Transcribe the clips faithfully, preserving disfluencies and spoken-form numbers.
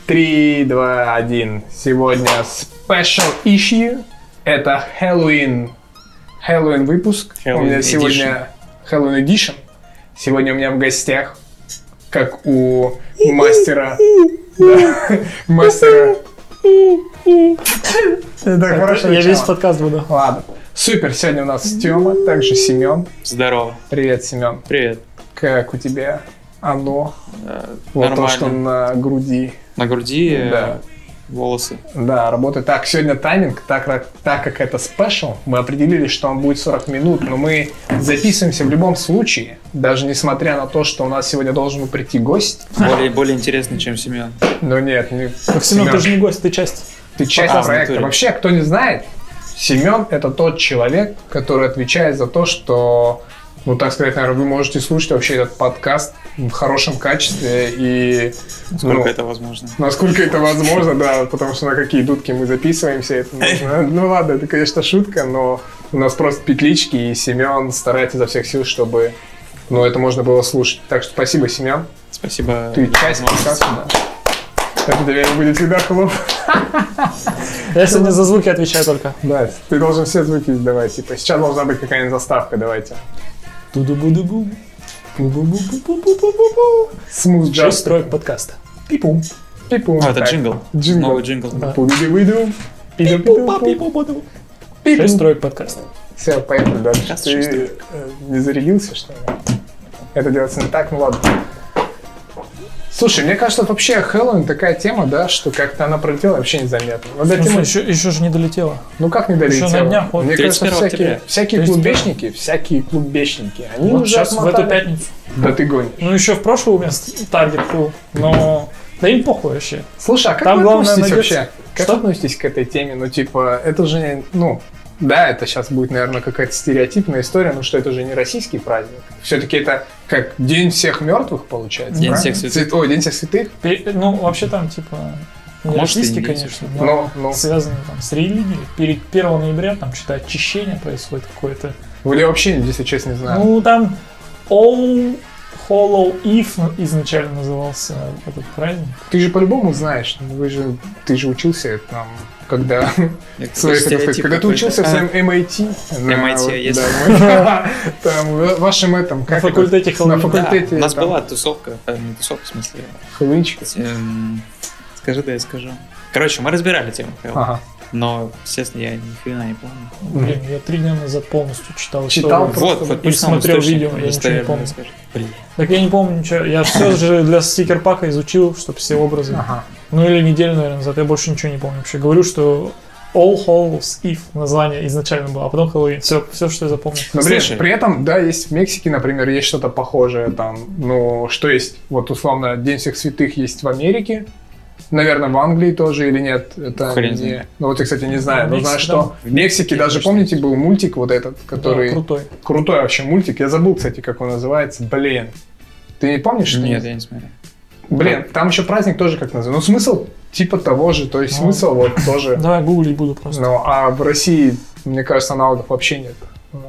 Три, два, один. Сегодня special issue. Это Хэллоуин. Хэллоуин выпуск. Halloween у меня сегодня Хэллоуин Edition. Сегодня у меня в гостях, как у мастера... Мастера... Это хорошо. Я весь подкаст буду. Ладно. Супер. Сегодня у нас Тёма, также Семен. Здорово. Привет, Семен. Привет. Как у тебя оно? Э, вот нормально. То, что на груди. На груди да. волосы. Да, работает. Так, сегодня тайминг, так, так как это спешл, мы определили, что он будет сорок минут, но мы записываемся в любом случае, даже несмотря на то, что у нас сегодня должен был прийти гость. Более, более интересный, чем Семен. Но нет, не... Так, Семен, ты же не гость, ты часть. Ты часть Показано проекта. тоже. Вообще, кто не знает, Семен — это тот человек, который отвечает за то, что, ну, так сказать, наверное, вы можете слушать вообще этот подкаст в хорошем качестве и... Насколько ну, это возможно. Насколько это возможно, да, потому что на какие дудки мы записываемся, это нужно. Ну ладно, это, конечно, шутка, но у нас просто петлички, и Семен старается изо всех сил, чтобы, ну, это можно было слушать. Так что спасибо, Семен. Спасибо. Ты часть подкаста, да. Это тебе будет всегда хлоп. Я сегодня за звуки отвечаю только. Да, ты должен все звуки издавать. Типа, сейчас должна быть какая-нибудь заставка, давайте. Ту-ду-бу-ду-бу. Смуз джаз. Шесть строек подкаста. Пипум. Пипум. А, это Так, джингл. Джингл. Новый джингл. Да. Пу-ду-ду-ду. Пиду-пиду-пу. Шесть строек подкаста. Все, поехали дальше. Подкаст Ты шестой. э, не зарядился, что ли? Это делается не так, ну ладно. Слушай, мне кажется, вообще Хэллоуин такая тема, да, что как-то она пролетела вообще незаметно. Вот эта Ну, тема- еще, еще же не долетело. Ну как не долетела? еще на днях вот. Мне кажется, тридцать первого всякие, октября. всякие тридцать первого. клубешники, всякие клубешники, они Вот уже сейчас в отмотали. эту пятницу. Да ты гонишь. Ну, еще в прошлый у меня таргет был, но... Да им похуй вообще. Слушай, а как Там вы главное относитесь надеяться. вообще? Как Что? вы относитесь к этой теме? Ну, типа, это же, не- ну, да, это сейчас будет, наверное, какая-то стереотипная история, но что это же не российский праздник. Все-таки это как День всех мертвых, получается. День правильно? всех святых. Цвет- Ой, День всех святых? Пере- Ну, вообще там, типа, не Может, и российский, не конечно, есть. но Ну, ну. связаны там с религией. Перед первого ноября там что-то очищение происходит какое-то. Вот я вообще, если честно, не знаю. Ну, там All Hollow Eve изначально назывался этот праздник. Ты же по-любому знаешь, вы же, ты же учился там, когда, Это своих, так сказать, стереотип когда ты какой-то. учился в А, своем эм ай ти. на- эм ай ти, вот, есть. да, мы- там, в вашем этом, как На это? факультете На Хэллоуина. Да, факультете. у нас там, была тусовка, э, не тусовка, в смысле. Хэллоуинчик. эм, Скажи, да я скажу. Короче, мы разбирали тему Хэллоуина, Ага. но, естественно, я ни хрена не помню. Блин, я три дня назад полностью читал. Читал историю. просто Вот, вот и пусть сам смотрел источник видео, я ничего не достоверно помню. расскажет. Блин. Так я не помню ничего. Я все же для стикер-пака изучил, чтобы все образы. Ага. Ну или неделю, наверное, назад. Я больше ничего не помню вообще. Говорю, что All Hallows Eve название изначально было, а потом Хэллоуин. Все, все, что я запомнил. Но при, Слушай. при этом, да, есть в Мексике, например, есть что-то похожее там, ну, что есть, вот условно, День всех святых есть в Америке, наверное, в Англии тоже или нет, это Хрен не... знает. Ну, вот я, кстати, не знаю, но В знаю, Мексике, что в Мексике даже, конечно. помните, был мультик вот этот, который... Да, крутой. Крутой вообще мультик, я забыл, кстати, как он называется, блин. Ты не помнишь? что Нет, ли? я не смотрел. Блин, там еще праздник тоже как называется, ну, смысл типа того же, то есть Ну. смысл вот тоже, Давай гуглить буду просто. ну, а в России, мне кажется, аналогов вообще нет.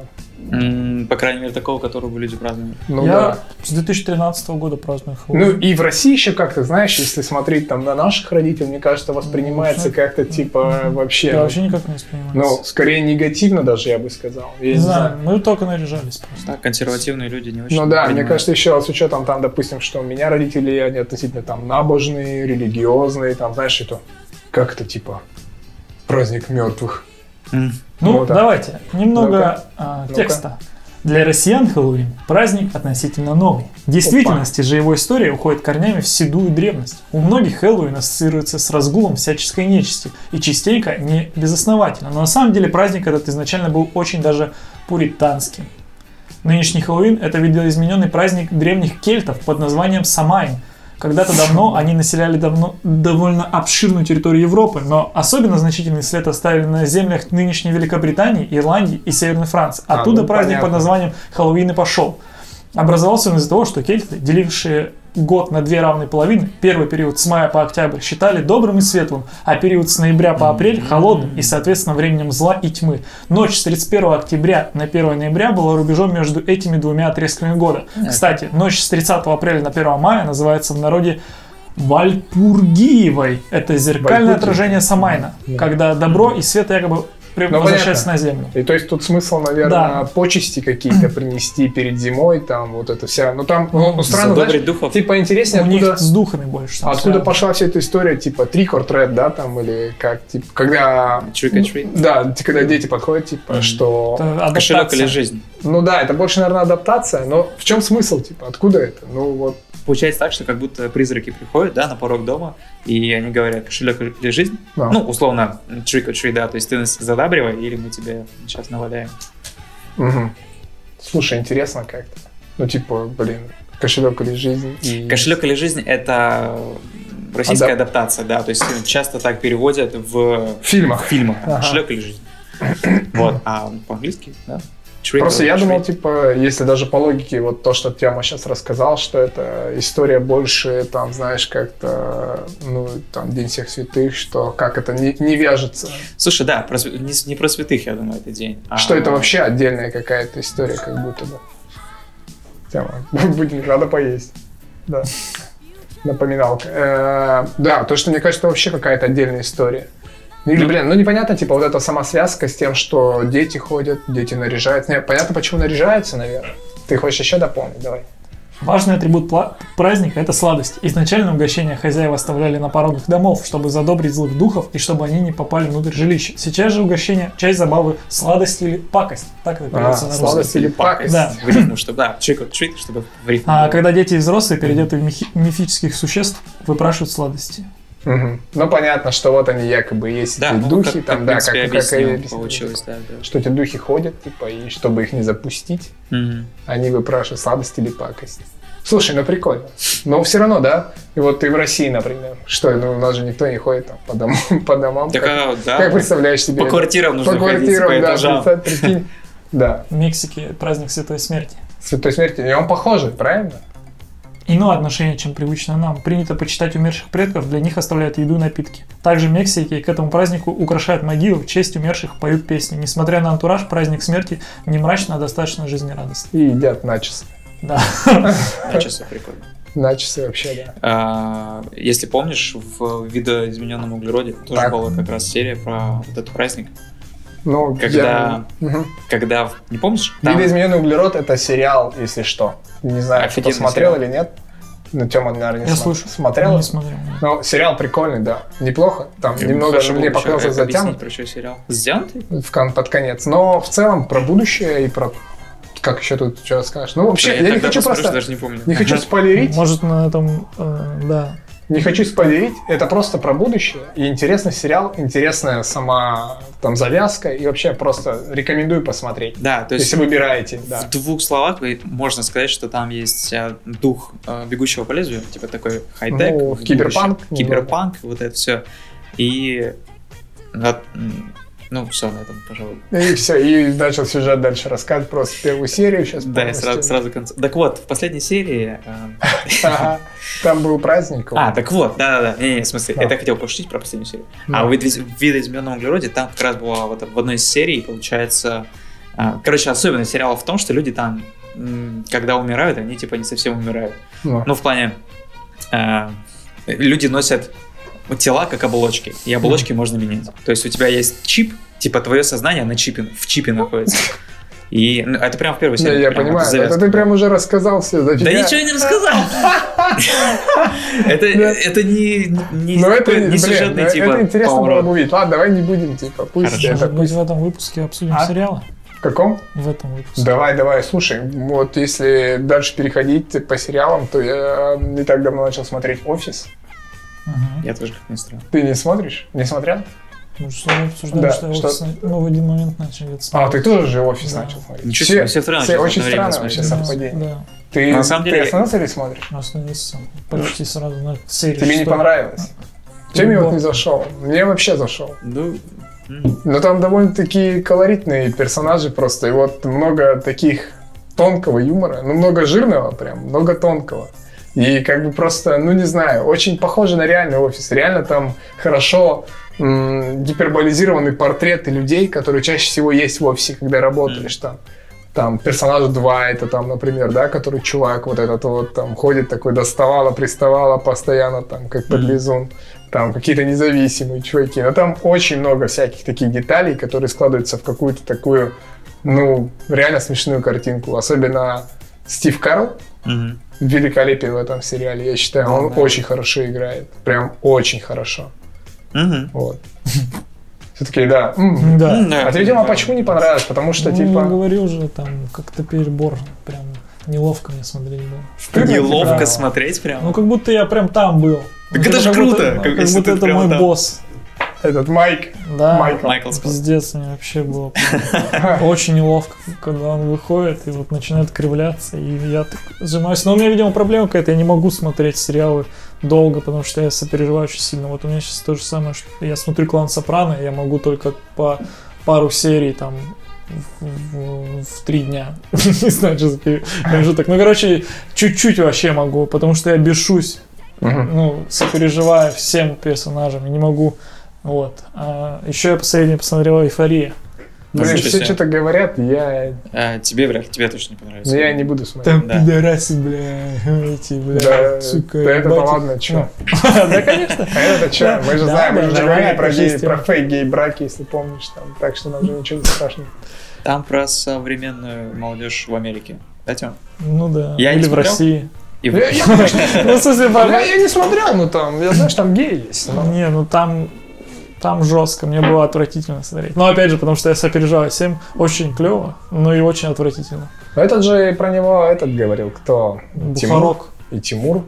М, По крайней мере, такого, которого люди празднуют. Ну, я да. с две тысячи тринадцатого года праздную Ну Хэллоуин. и в России еще как-то, знаешь, если смотреть там на наших родителей, мне кажется, воспринимается Ну, как-то типа вообще, Я ну, вообще никак не воспринимается. ну, скорее негативно даже, я бы сказал. Я не не знаю, мы только наряжались просто. Да, консервативные люди не очень Ну да, мне понимают. кажется, еще с учетом там, допустим, что у меня родители, они относительно там набожные, религиозные, там, знаешь, это как это типа праздник мертвых. М. Ну, Ну, да. давайте, немного Ну-ка. а, Ну-ка. текста. Для россиян Хэллоуин – праздник относительно новый. В действительности же его история уходит корнями в седую древность. У многих Хэллоуин ассоциируется с разгулом всяческой нечисти, и частенько не безосновательно. Но на самом деле праздник этот изначально был очень даже пуританским. Нынешний Хэллоуин – это видоизмененный праздник древних кельтов под названием Самайн. Когда-то давно они населяли давно, довольно обширную территорию Европы, но особенно значительный след оставили на землях нынешней Великобритании, Ирландии и Северной Франции. А, Оттуда ну, праздник понятно. под названием Хэллоуин и пошел. Образовался он из-за того, что кельты, делившие год на две равные половины, первый период с мая по октябрь считали добрым и светлым, а период с ноября по апрель холодным и, соответственно, временем зла и тьмы. Ночь с тридцать первого октября на первое ноября была рубежом между этими двумя отрезками года. Кстати, ночь с тридцатого апреля на первое мая называется в народе Вальпургиевой. Это зеркальное Вальпургиевой. отражение Самайна, Да. когда добро и свет якобы Ну, возвращаются понятно. на Землю. И то есть тут смысл, наверное, Да. почести какие-то принести перед зимой, там вот это вся. Ну там, ну, ну, странно, Задобрить знаешь, духов. типа интереснее, У откуда, них с духами больше. там откуда связано. пошла вся эта история, типа trick or treat, да, там, или как, типа, когда... Trick or treat. Да, т- когда дети подходят, типа, Мгм. что... Это адаптация. Кошелек или жизнь. Ну да, это больше, наверное, адаптация, но в чем смысл, типа, откуда это? Ну вот, Получается так, что как будто призраки приходят, да, на порог дома, и они говорят, кошелек или жизнь. да. Ну, условно, trick or treat, да, то есть ты нас задабривай, или мы тебе сейчас наваляем. Мгм. Слушай, интересно как-то. Ну типа, блин, кошелек или жизнь. И... Кошелек или жизнь — это российская Адап- адаптация, да, то есть часто так переводят в В фильмах. фильмах. Ага. Кошелек или жизнь. Вот, а по-английски, да? Trick Просто or я treat. думал, типа, если даже по логике, вот то, что Тёма сейчас рассказал, что это история больше, там, знаешь, как-то, ну, там, День всех святых, что как это не, не вяжется. Слушай, да, про св- не, с- не про святых, я думаю, этот день. а- Что это вообще отдельная какая-то история, как будто бы. Тема. Будем рада поесть. Да. Напоминалка. Э, Да, то, что мне кажется, это вообще какая-то отдельная история. Или, блин, ну непонятно, типа, вот эта сама связка с тем, что дети ходят, дети наряжаются. Не, понятно, почему наряжаются, наверное. Ты хочешь еще дополнить? Давай. Важный атрибут пла- праздника – это сладость. Изначально угощения хозяева оставляли на порогах домов, чтобы задобрить злых духов и чтобы они не попали внутрь жилища. Сейчас же угощение – часть забавы, сладость или пакость. Так это А, переводится на русский. сладость или пакость. Да. В рифму, чтобы, да, trick or treat, чтобы в рифму. А было. когда дети и взрослые, переодетые в мифи- мифических существ, выпрашивают сладости. Мгм. Ну, понятно, что вот они якобы есть, Да, эти ну, духи, как, там, как, да, в принципе, как, как объяснил, и объяснили. получилось, да, да. Что эти духи ходят, типа, и чтобы их не запустить, Мгм. они выпрашивают сладость или пакость. Слушай, ну прикольно. Но все равно, да? И вот ты в России, например. Что, ну у нас же никто не ходит там по домам. По домам Так, как, а, да, как представляешь себе? по это? квартирам нужно По ходить, квартирам, по да, этажам. представь, прикинь. Да, В Мексике праздник Святой Смерти. Святой Смерти. И он похожий, правильно? Иное отношение, чем привычно нам. Принято почитать умерших предков, для них оставляют еду и напитки. Также в Мексике к этому празднику украшают могилы, в честь умерших поют песни. Несмотря на антураж, праздник смерти не мрачно, а достаточно жизнерадостный. И едят начосы. Да. Начался прикольно. Начосы вообще, да. А, если помнишь, в видоизмененном углероде тоже Так. была как раз серия про вот этот праздник, Ну, Когда- я- Мгм. когда, не помнишь? Там- «Видоизмененный углерод» — это сериал, если что. Не знаю, кто Офигенный смотрел сериал. или нет. Ну, Тёма, наверное, не Я смо- слушаю. смотрел. Не смотрел. Ну, сериал прикольный, да. Неплохо. Там Ну, немного хорошо мне было бы показался еще объяснить, затянут про что сериал. Затянутый? в кон- под конец. Но в целом про будущее и про... Как еще тут что скажешь? Ну, вообще, я, не тогда хочу посмотрю, просто... даже не помню. Не хочу спойлерить. Может, на этом, э, да. Не хочу спойлерить. Это просто про будущее. И интересный сериал, интересная сама там завязка. И вообще просто рекомендую посмотреть. Да, то есть Если выбираете, да. в двух словах вы- можно сказать, что там есть э, дух э, бегущего по лезвию, типа такой хай-тек. Ну, в киберпанк будущем. Киберпанк, вот это все. И вот, м, ну, все на этом, пожалуй. И все, и начал сюжет дальше рассказывать просто первую серию сейчас. Да, я сразу, сразу конец. Так вот, в последней серии... э, Ага. Там был праздник. А, так вот, да-да-да, не-не, в смысле, Да. это я хотел пошутить про последнюю серию. Да. А в видо- в видоизмененном углероде там как раз была вот в одной из серий, получается... а, Короче, особенность сериала в том, что люди там, м, когда умирают, они типа не совсем умирают. Ну, Ну, в плане, э, люди носят тела как оболочки, и оболочки можно менять. То есть у тебя есть чип, типа твое сознание на чипе, в чипе находится. И ну, это прям в первой не, серии. я прям понимаю. это Это завязка. ты прям уже рассказал все. Да ничего я не рассказал! Это это не не Ну это, такой- блин, не сюжетный ну, типа это интересно было поворот. бы увидеть. Ладно, давай не будем, типа, пусть Хорошо. это... Может быть, Пусть... в этом выпуске обсудим А? сериалы? В каком? В этом выпуске. Давай, давай, слушай, вот если дальше переходить по сериалам, то я не так давно начал смотреть «Офис». Ага. Я тоже как ни странно. Ты не смотришь? Не смотрел? Мы что обсуждаем, Да, что, что- офис, ну, в один момент начали это А, смотреть. ты тоже же «Офис» Да. начал смотреть? Ничего себе, все втроем все начали очень одновременно странно вообще смотреть. совпадение. Да, Ты, На самом ты деле- остановился или смотришь? остановился сам. Почти сразу на серии. Тебе не шестой. понравилось? Чем мне вот Любовь. не зашел? Мне вообще зашел. Ну, м. Но там довольно-таки колоритные персонажи просто. И вот много таких тонкого юмора. Ну, много жирного прям, много тонкого. И как бы просто, ну не знаю, очень похоже на реальный офис. Реально там хорошо м, гиперболизированные портреты людей, которые чаще всего есть в офисе, когда работаешь там. Там персонаж два, это там, например, да, который чувак вот этот вот там ходит такой, доставала, приставала постоянно там, как подлизун. Там какие-то независимые чуваки. Но там очень много всяких таких деталей, которые складываются в какую-то такую, ну, реально смешную картинку. Особенно Стив Карл. Mm-hmm. Великолепен в этом сериале, я считаю. Oh, он да. очень хорошо играет. Прям очень хорошо. Mm-hmm. Вот. Все-таки, да. Mm-hmm. да. Mm-hmm. А ты, видимо, почему не понравилось? Потому что, ну, типа... я говорил же, там, как-то перебор. Прям неловко мне смотреть было. Стыдно, неловко да. смотреть прям? Ну, как будто я прям там был. Так ну, это же круто! Будто, как, как будто это мой там. босс. Этот Майк. Да, Майкл. Майкл пиздец, мне вообще было очень неловко, когда он выходит и вот начинает кривляться, и я так сжимаюсь. Но у меня, видимо, проблема какая-то, я не могу смотреть сериалы долго, потому что я сопереживаю очень сильно. Вот у меня сейчас то же самое, что я смотрю «Клан Сопрано», я могу только по пару серий там в, в, в три дня. Не знаю, что за промежуток. Ну, короче, чуть-чуть вообще могу, потому что я бешусь. Uh-huh. Ну, сопереживаю всем персонажам, и не могу. Вот. А еще я последний посмотрел «Эйфория». Блин, все что-то говорят, я... А, тебе, бля, тебе точно не понравится. Но я не буду смотреть. Там да. пидорасы, бля, эти, бля, да, сука. Да это ладно, чё? Да, конечно. А это чё? Мы же знаем, мы же говорили про фейк-гей-браки, если помнишь, там, так что нам же ничего не страшно. Там про современную молодежь в Америке. Да, Тём? Ну да. Я Или в России. Я, я, я, ну, в смысле, я, я не смотрел, но там, я знаю, что там геи есть. Но... Не, ну там, там жестко, мне было отвратительно смотреть. Но опять же, потому что я сопереживаю всем, очень клево, но и очень отвратительно. Но этот же про него этот говорил, кто? Бухарок. Тимур? И Тимур?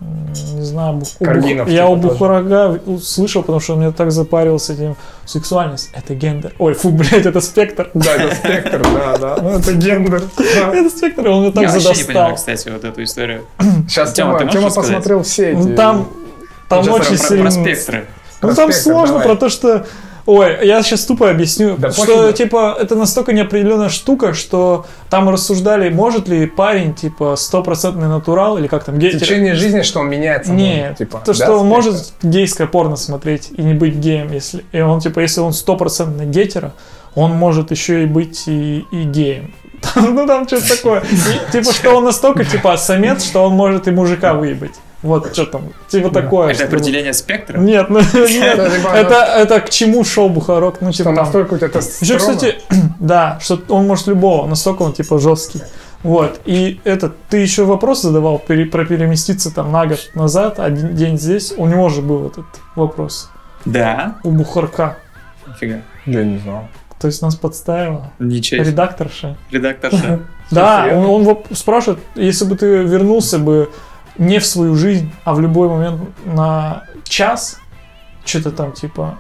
Не знаю, бух... Каргинов, я типа у Бухарага услышал, потому что он меня так запарил с этим сексуальность. Это гендер. Ой, фу, блядь, это спектр. Да, это спектр, да, да. Ну, это гендер. Это спектр, он меня так задостал. Я вообще не понимаю, кстати, вот эту историю. Сейчас Тёма посмотрел все эти... Ну, там очень сильно... Про спектры. Ну, там сложно про то, что... Ой, я сейчас тупо объясню, да что, пофигу. Типа, это настолько неопределенная штука, что там рассуждали, может ли парень, типа, стопроцентный натурал, или как там, гей... В течение жизни, что он меняется. Нет, может, типа, то, да, что он может гейское порно смотреть и не быть геем, если... И он, типа, если он стопроцентный гетеро, он может еще и быть и, и геем. Ну, там что-то такое. Типа, что он настолько, типа, самец, что он может и мужика выебать. Вот что там, типа такое. Это определение спектра? Нет, ну нет. Это, это к чему шоу Бухарок? Ну, типа, настолько у тебя тестостерона. Еще, кстати, да, что он может любого, настолько он типа жесткий. Вот. И это, ты еще вопрос задавал пере, про переместиться там на год назад, один день здесь. У него же был этот вопрос. Да. У Бухарка. Нифига. Я не знал. То есть нас подставила. Ничего. Редакторша. Редакторша. Да, он, он спрашивает, если бы ты вернулся бы не в свою жизнь, а в любой момент на час, что-то там типа...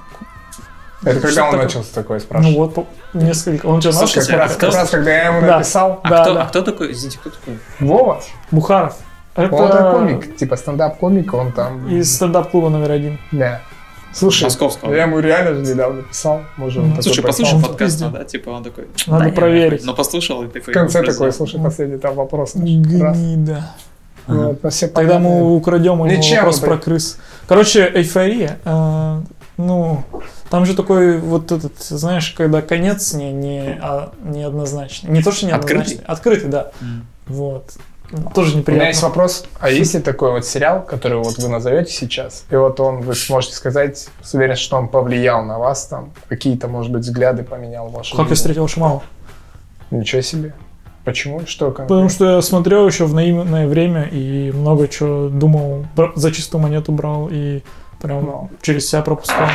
Это когда он такое? Начал такое спрашивать? Ну вот, несколько... Он сейчас Слушайте, как, раз, кто... как раз, когда я ему да. написал... А, да, кто, да. а кто такой? Извините, кто такой? Вова. Бухаров. Это... Он такой комик, типа стендап-комик, он там... Из стендап-клуба номер один. Да. Слушай, Московского. Я ему реально же недавно писал. Может, mm-hmm. Слушай, послушал подкаст, да, типа он такой... Надо да, проверить. Но послушал и такой... В конце такой, слушай, последний там вопрос. Гнида. Вот, тогда мы украдем у него вопрос про крыс. Короче, «Эйфория», э, ну, там же такой вот этот, знаешь, когда конец не, не, а, неоднозначный. Не то, что неоднозначный. Открытый? Открытый, да. Mm. Вот. Тоже неприятно. У меня есть вопрос, а есть ли такой вот сериал, который вот вы назовете сейчас, и вот он, вы сможете сказать, с уверенностью, что он повлиял на вас, там, какие-то, может быть, взгляды поменял в вашей жизни? Как я встретил вашу маму. Ничего себе. Почему? Что конкретно? Потому что я смотрел еще в наивное время и много чего думал, за чистую монету брал и прям no. через себя пропускал.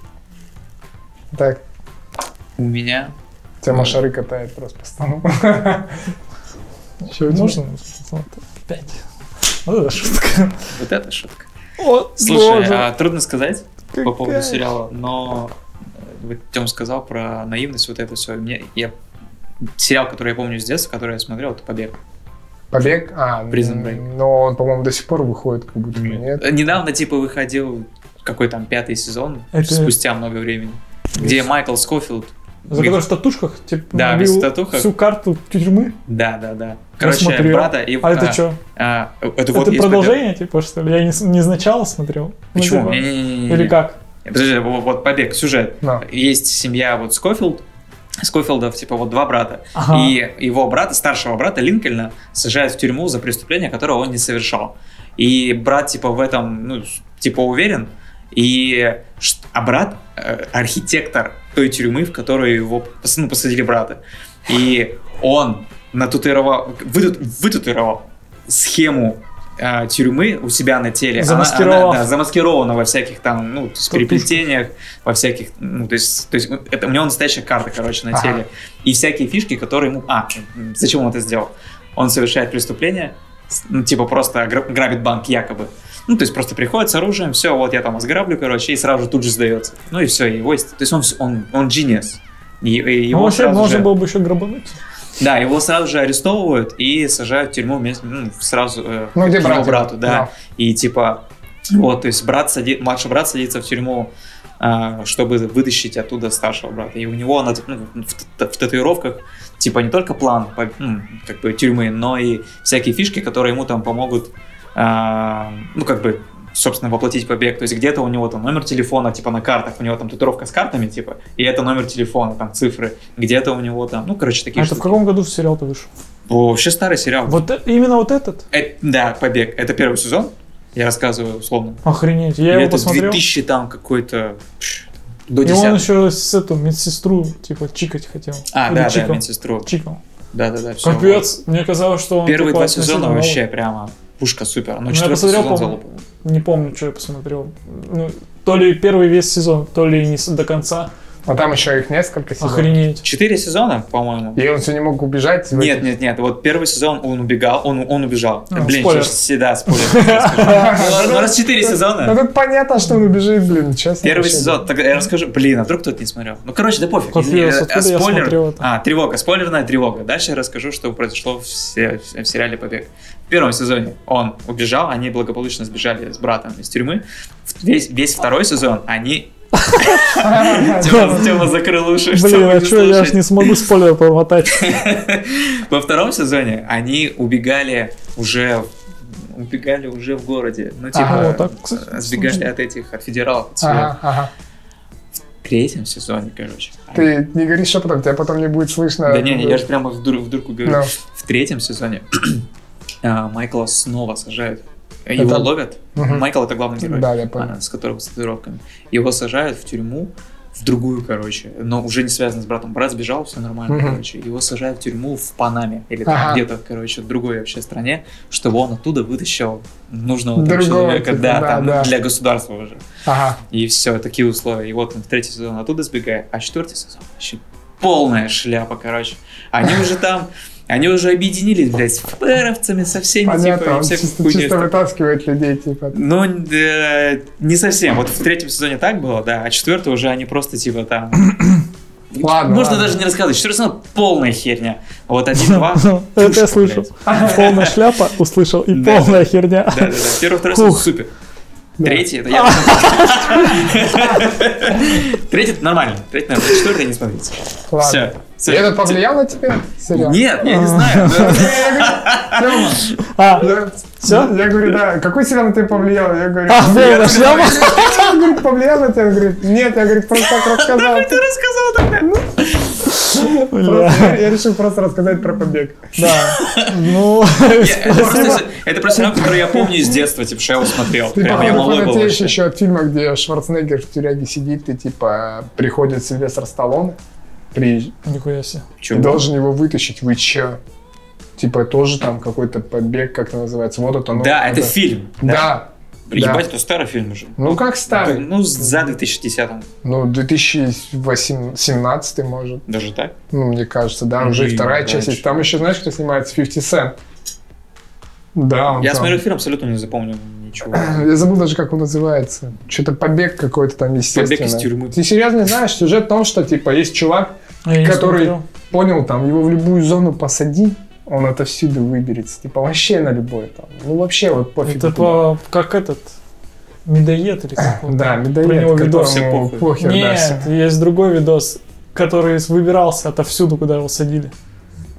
Так. У меня? Тема шары катает просто по стану. Нужно? Пять. Вот это шутка. Вот это шутка. О, слушай, а, трудно сказать Какая? по поводу сериала, но вот Тём сказал про наивность, вот это все. Мне, я, сериал, который я помню с детства, который я смотрел, это «Побег». «Побег»? А, Prison Break. Но он, по-моему, до сих пор выходит, как будто бы, нет? Недавно, типа, выходил какой там пятый сезон, это... спустя много времени, где Майкл Скофилд. За который в татушках, типа, да, набил без татухах. Всю карту тюрьмы? Да, да, да. Короче, брата и... А, а это что? А, это это вот продолжение, побег. Типа, что ли? Я не, не сначала смотрел. Почему? Ну, типа... Или как? Подожди, вот, вот «Побег», сюжет. No. Есть семья вот Скофилд, Скофилдов, типа, вот два брата. Ага. И его брата, старшего брата Линкольна, сажают в тюрьму за преступление, которое он не совершал. И брат, типа, в этом, ну, типа, уверен. И, а брат э, архитектор той тюрьмы, в которую его ну, посадили брата. И он нататуировал, вытат, вытатуировал схему э, тюрьмы у себя на теле. Замаскировав. Она, она, да, замаскирована во всяких там, ну, то есть переплетениях, во всяких, ну, то есть, то есть это, у него настоящая карта, короче, на теле. Ага. И всякие фишки, которые ему... А, зачем он это сделал? Он совершает преступление, ну, типа просто грабит банк якобы. Ну, то есть просто приходит с оружием, все, вот я там разграблю, короче, и сразу же тут же сдается. Ну и все, его есть. То есть он, он, он genius. И, и его ну, вообще можно же... было бы еще грабануть. Да, его сразу же арестовывают и сажают в тюрьму вместе, ну, сразу э, ну, где к его брату, да. да. И типа, вот, то есть брат сади... младший брат садится в тюрьму, э, чтобы вытащить оттуда старшего брата. И у него на, ну, в, в татуировках типа не только план ну, как бы тюрьмы, но и всякие фишки, которые ему там помогут, э, ну, как бы, собственно, воплотить побег. То есть где-то у него там номер телефона, типа на картах, у него там татуировка с картами, типа, и это номер телефона, там цифры. Где-то у него там, ну, короче, такие а штуки. это в каком году сериал-то вышел? О, вообще старый сериал. Вот это, именно вот этот? Э, да, «Побег». Это первый сезон, я рассказываю условно. Охренеть, я Или его это посмотрел. две тысячи там какой-то... До и он еще с эту медсестру, типа, чикать хотел. А, Или да, чикал. да, медсестру. Чикал. Да-да-да, все. Капец, вот. Мне казалось, что он... Первые типа, два сезона новый. вообще прямо пушка супер. Ну, я четвертый посмотрел, сезон помню, залупал. не помню, что я посмотрел. Ну, то ли первый весь сезон, то ли не до конца. А там еще их несколько сезонов. Охренеть. Четыре сезона, по-моему. И он все не мог убежать? Нет, нет, нет. Вот первый сезон он убегал, он, он убежал. А, блин, спойлер. всегда спойлер. Ну, раз четыре сезона. Ну, тут понятно, что он убежит, блин, честно. Первый сезон, тогда я расскажу. Блин, а вдруг кто-то не смотрел? Ну, короче, да пофиг. Капец, откуда я смотрел это? А, тревога, спойлерная тревога. Дальше я расскажу, что произошло в сериале «Побег». В первом сезоне он убежал, они благополучно сбежали с братом из тюрьмы. Весь, весь второй сезон они... Тёма закрыл уши, блин, а что, я ж не смогу спойлер промотать. Во втором сезоне они убегали уже убегали уже в городе. Ну, типа, ага, вот так, сбегали от этих, от федералов. Ага, ага. В третьем сезоне, короче. Ты не говори шепотом, тебя потом не будет слышно. Да не, не, я же прямо в, дур, в дурку говорю. No. В третьем сезоне Майкла снова сажают. Его это... ловят. Угу. Майкл — это главный герой, да, я понял. А, с которым с татуировками. Его сажают в тюрьму, в другую, короче, но уже не связано с братом. Брат сбежал, все нормально, угу. короче. Его сажают в тюрьму в Панаме или там ага. где-то, короче, в другой вообще стране, чтобы он оттуда вытащил нужного там, человека, типа, да, да, там, да. для государства уже. Ага. И все, такие условия. И вот он в третий сезон оттуда сбегает, а четвертый сезон вообще полная шляпа, короче. Они уже там... Они уже объединились, блядь, с ФБРовцами, со всеми, понятно, типа, он чисто, чисто вытаскивает людей, типа. Ну, да, не совсем. Вот в третьем сезоне так было, да, а четвертый уже они просто, типа, там... Ладно, Можно ладно. даже не рассказывать. Четвертый сезон полная херня. Вот один-два... Это я слышал. Полная шляпа услышал и полная херня. Да-да-да. Первый, второй сезон супер. Третий, это я... Третий нормально. Третий нормально. Четвертый не смотрите. Ладно. Все. И этот повлиял на тебя сериал? Нет, я не знаю. Тёма, А, все? Я говорю, да, какой сериал на тебя повлиял? Я говорю, а, полная шляпа? он говорит, повлиял на тебя? Он говорит, нет, я говорит, просто так рассказал. Ты рассказал тогда. Я решил просто рассказать про «Побег». Да. Ну, это просто сериал, который я помню из детства, типа, что я его смотрел. Ты, Прямо я походу, малой был фанатеешь вообще. еще от фильма, где Шварценеггер в тюряге сидит, и, типа, приходит Сильвестр Сталлоне, приезжает, нихуя себе. и должен его вытащить. Вы че? Типа, тоже там какой-то побег, как это называется. Вот это, ну... Да, это фильм. Да. Ебать, это старый фильм уже. Ну, как старый? Ну, за две тысячи десятым. Ну, две тысячи семнадцатый, может. Даже так? Ну, мне кажется, да. Ну, уже и вторая раньше. часть есть. Там еще, знаешь, кто снимается? фифти Cent. Да, он Я там. смотрел фильм, абсолютно не запомнил ничего. Я забыл даже, как он называется. Что-то побег какой-то там, естественно. Побег из тюрьмы. Ты серьезно не знаешь? Сюжет в том, что, типа, есть чувак, Я не который смотрел. понял, там, его в любую зону посади, он отовсюду выберется. Типа, вообще на любой там. Ну, вообще, вот пофиг. Это по, как этот, медоед или как он? Да, Про медоед, него видос. которому Все похер, да, Нет, всё. есть другой видос, который выбирался отовсюду, куда его садили.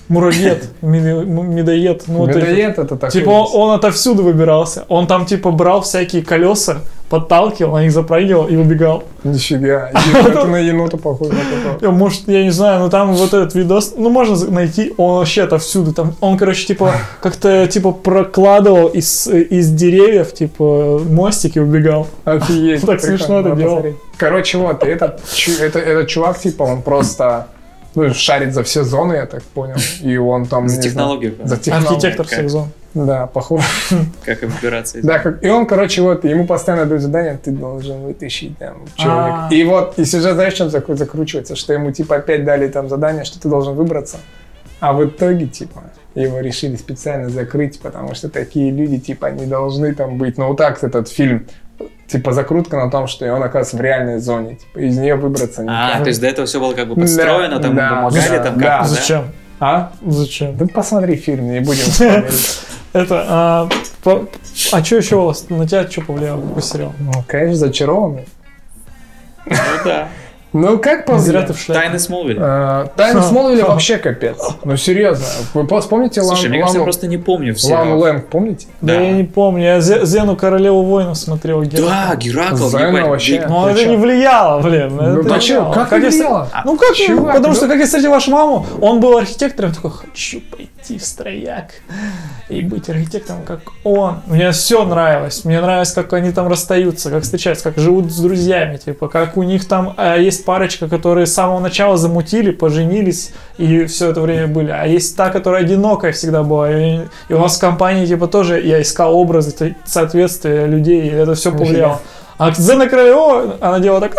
Муравьед, медоед. Ну, вот Медоед это такой. Типа он, он отовсюду выбирался. Он там типа брал всякие колеса, подталкивал, на них запрыгивал и убегал. Нифига. Это на енота похоже на такого. Может, я не знаю, но там вот этот видос, ну можно найти, он вообще отовсюду. Там, он, короче, типа как-то типа прокладывал из, из деревьев, типа мостик и убегал. Офигеть. Так смешно это делал. Короче, вот, этот, это, этот чувак, типа, он просто ну, шарит за все зоны, я так понял. И он там... За технологию. За технологию. Архитектор всех зон. Да, похоже. Как им выбираться из... Да, как, и он, короче, вот, ему постоянно дают задание, ты должен вытащить там человека. А. И вот, и сюжет, знаешь, в чем зак- закручивается? Что ему, типа, опять дали там задание, что ты должен выбраться. А в итоге, типа, его решили специально закрыть, потому что такие люди, типа, не должны там быть. Ну, вот так этот фильм, типа, закрутка на том, что он оказывается в реальной зоне. Типа, из нее выбраться никак. А, то есть до этого все было как бы подстроено, там да, помогали, да, там да. как-то, да? Зачем? А? Зачем? Да посмотри фильм, не будем спойлерить. Это, а, по- а что еще у вас, на тебя что повлияло, какой сериал? Ну, конечно, зачарованный. Ну да. Ну, как Не зря повлиял? ты в шляпе. Тайны Смолвиля. Э, Тайны Смолвиля вообще капец. Ну, серьезно. Вы вспомните Слушай, мне кажется, я Лану просто не помню все. Лану Лэнг, помните? Да, я не помню, я Зе- Зену Королеву воинов смотрел. Геракл. Да, Геракл, Зена ебать, вообще. да. Ну, Ты это чё? не влияло, блин. Ну, это да не чё, влияло. как я не с- влияло? Ну, как? Чувак, потому ну- что, как я встретил вашу маму, он был архитектором, такой, хочу пойти в строяк и быть архитектором, как он. Мне все нравилось. Мне нравилось, как они там расстаются, как встречаются, как живут с друзьями, типа, как у них там а, есть парочка, которые с самого начала замутили, поженились и все это время были. А есть та, которая одинокая всегда была. И, и у нас в компании, типа, тоже я искал образы т- соответствия людей, и это все повлияло. А Зена Королева, она делала так...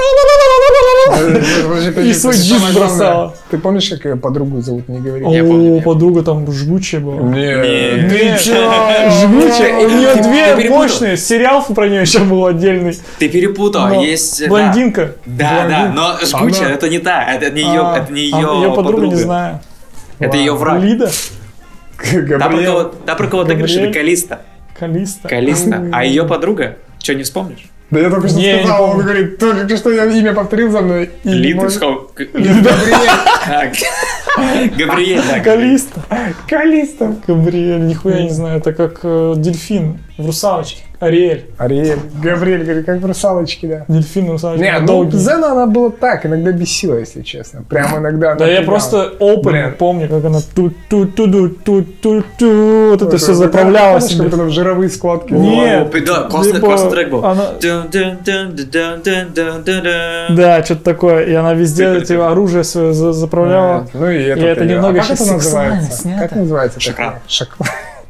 И свой джип бросала. Ты помнишь, как ее подругу зовут, не говори? Я помню, О, я подруга там жгучая была. Нет. Ты чё? Жгучая, у нее Ты- ты две перепутал. мощные, сериал про нее еще был отдельный. Ты перепутал, Но есть... да. Блондинка. Да, да, но жгучая, Она- это не та, это не ее, А, это не а ее ее подруга подруга. не знаю. Это ее враг. Лида? Та, про кого, Габриэль. та, про кого ты говоришь, это Габриэль. Калиста. Калиста. Калиста. А ее подруга, что, не вспомнишь? Да я только что Не, не сказал, он помню. говорит, только что я имя повторил за мной. и не Лида, мог- сказал. Габриэль. А, Габриэль, да. Калиста. Калиста. Габриэль, нихуя не знаю, это как э, дельфин в «Русалочке». Ариэль. Ариэль. Габриэль, говорит, как в русалочке, да. Дельфин в «Русалочке». Не, она ну долгий. Зена, она была так, иногда бесила, если честно. Прям иногда. Да я напрягала. просто опытно Блин. помню, как она ту-ту-ту-ду-ту-ту-ту, вот это все заправляла Помнишь, себе. как она в жировые складки? Нет. О, да, классный, Либо классный трек был. она- Дун-дун-дун-дун-дун-дун-дун-дун. Да, что-то такое. И она везде Прикольно. эти оружие свое за- заправляла. Ну и это. И это немного а как это еще сексуально называется? снято. Как называется? Шакран. такое? Шакран.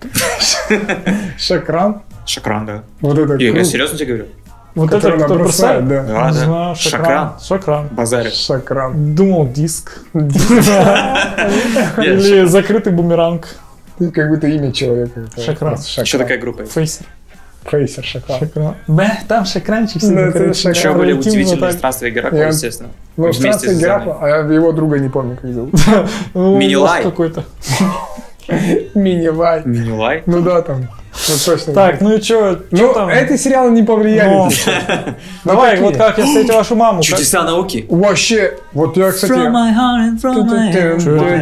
Шакран? Шакран, да. Вот это Я, я круг, серьезно тебе говорю? Вот который это она кто бросает, бросает? да. Да, Не да. знаю, шакран. Шакран. Базарю. Шакран. Думал, диск. Нет, Или закрытый бумеранг. Ты как будто имя человека. Это Шакран. просто Шакран. Что такая группа? Фейсер. Фейсер Шакран. Шакран. Б, там шакранчик Ну, сидит, это короче, шакран. Еще были интимно удивительные так. странствия Геракла, Я- естественно. Ну, Вместе странствие с Зеной. Геракла, а я его друга не помню, как зовут. Ну, Мини-лай. какой-то. Мини-вай. Минилай. Ну да, там. Ну точно. Так, ну и чё, чё Ну, там? эти сериалы не повлияли. Ну, если честно. Давай, какие? вот как я встретил вашу маму. как- Чудеса науки. Вообще, вот я, кстати... From my heart and from my head.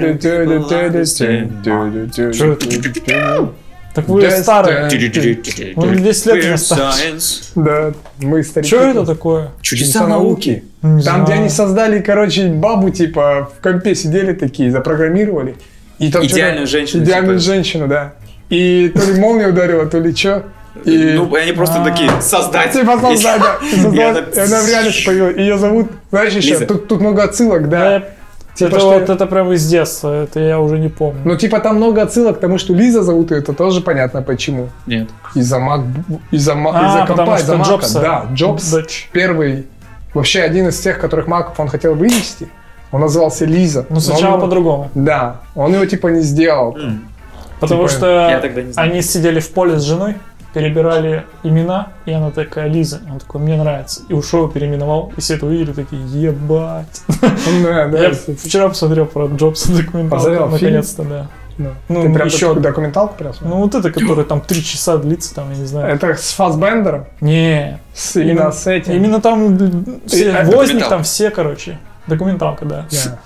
Так вы Да, старые. Ну, десять лет меня старше. Science. Да, мы старики. Что это такое? Чудеса науки. Не Там, где знаю. они создали, короче, бабу, типа, в компе сидели такие, запрограммировали. И там Идеальную что-то- женщину, Идеальную типа. женщину, да. И то ли молния ударила, то ли что. И... Ну, и они просто А. такие, создать. Типа создать, да. И создать. И она- И она в реальности появилась. Ее зовут, знаешь еще, Лиза. тут, тут много отсылок, да. Да, Типа, это что- вот это прям из детства, это я уже не помню. Ну, типа, там много отсылок к тому, что Лиза зовут ее, это тоже понятно почему. Нет. Из-за Мак... Из-за, Ма... А, из-за потому компа, что из-за Мака. Джобса. Да, Джобс Дочь. первый, вообще один из тех, которых Маков он хотел вывести. Он назывался Лиза. Ну но сначала он его- по-другому. Да, он его типа не сделал. М, Потому Типа, что я тогда не знаю. они сидели в поле с женой, перебирали имена, и она такая, Лиза. Он такой, мне нравится. И ушел, переименовал, и все это увидели, такие, ебать. Да, да. Я если- вчера посмотрел про Джобса документалку, Посмотрел фильм? наконец-то, да. да. Ну, Ты прям еще- такую документалку прям смотрел? Ну вот это, который там три часа длится, там, я не знаю. Это с Фассбендером? Не, С, именно с этим? именно там блин, все, это Возник документалка. там все, короче. Документалка, да. Да.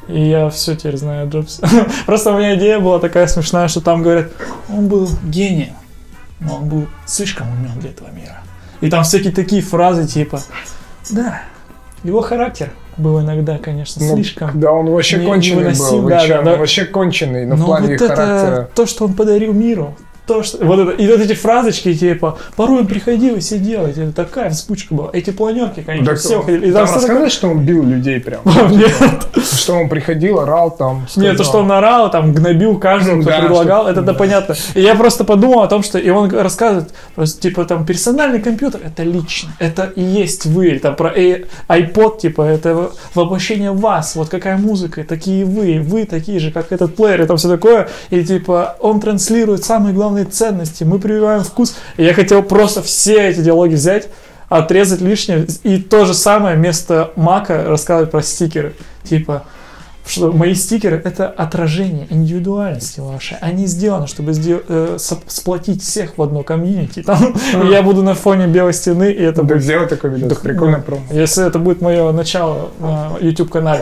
И я все теперь знаю о Джобсе. Просто у меня идея была такая смешная, что там говорят, он был гением, но он был слишком умен для этого мира. И там всякие такие фразы типа, да, его характер был иногда, конечно, Ну, слишком да, он вообще не- конченый невыносим, был. Вы да, чё, да, он да. вообще конченый, но в Но плане вот это характера. то, что он подарил миру. То, что, вот это, и вот эти фразочки, типа, порой он приходил и сидел, это такая взбучка была. Эти планерки, конечно, Так, все уходили. И там все рассказать, что он бил людей прям? такое- Нет, Что он приходил, орал там, нет, то, что он сказал. орал, там, гнобил каждого, Ну кто да, предлагал, что- это да, да. понятно. И я просто подумал о том, что, и он рассказывает, просто, типа, там, персональный компьютер, это лично, это и есть вы, или там, про э- iPod, типа, это воплощение вас, вот какая музыка, такие вы, вы такие же, как этот плеер, и там все такое, и, типа, он транслирует самые главные ценности, мы прививаем вкус. И я хотел просто все эти диалоги взять, отрезать лишнее, и то же самое вместо мака рассказывать про стикеры. Типа, что мои стикеры — это отражение индивидуальности вашей. Они сделаны, чтобы сдел- э, соп- сплотить всех в одно комьюнити. Там, и я буду на фоне белой стены, и это Да, будет... сделай такой видос, Да, прикольно ну, промо. Если это будет мое начало на YouTube-канале,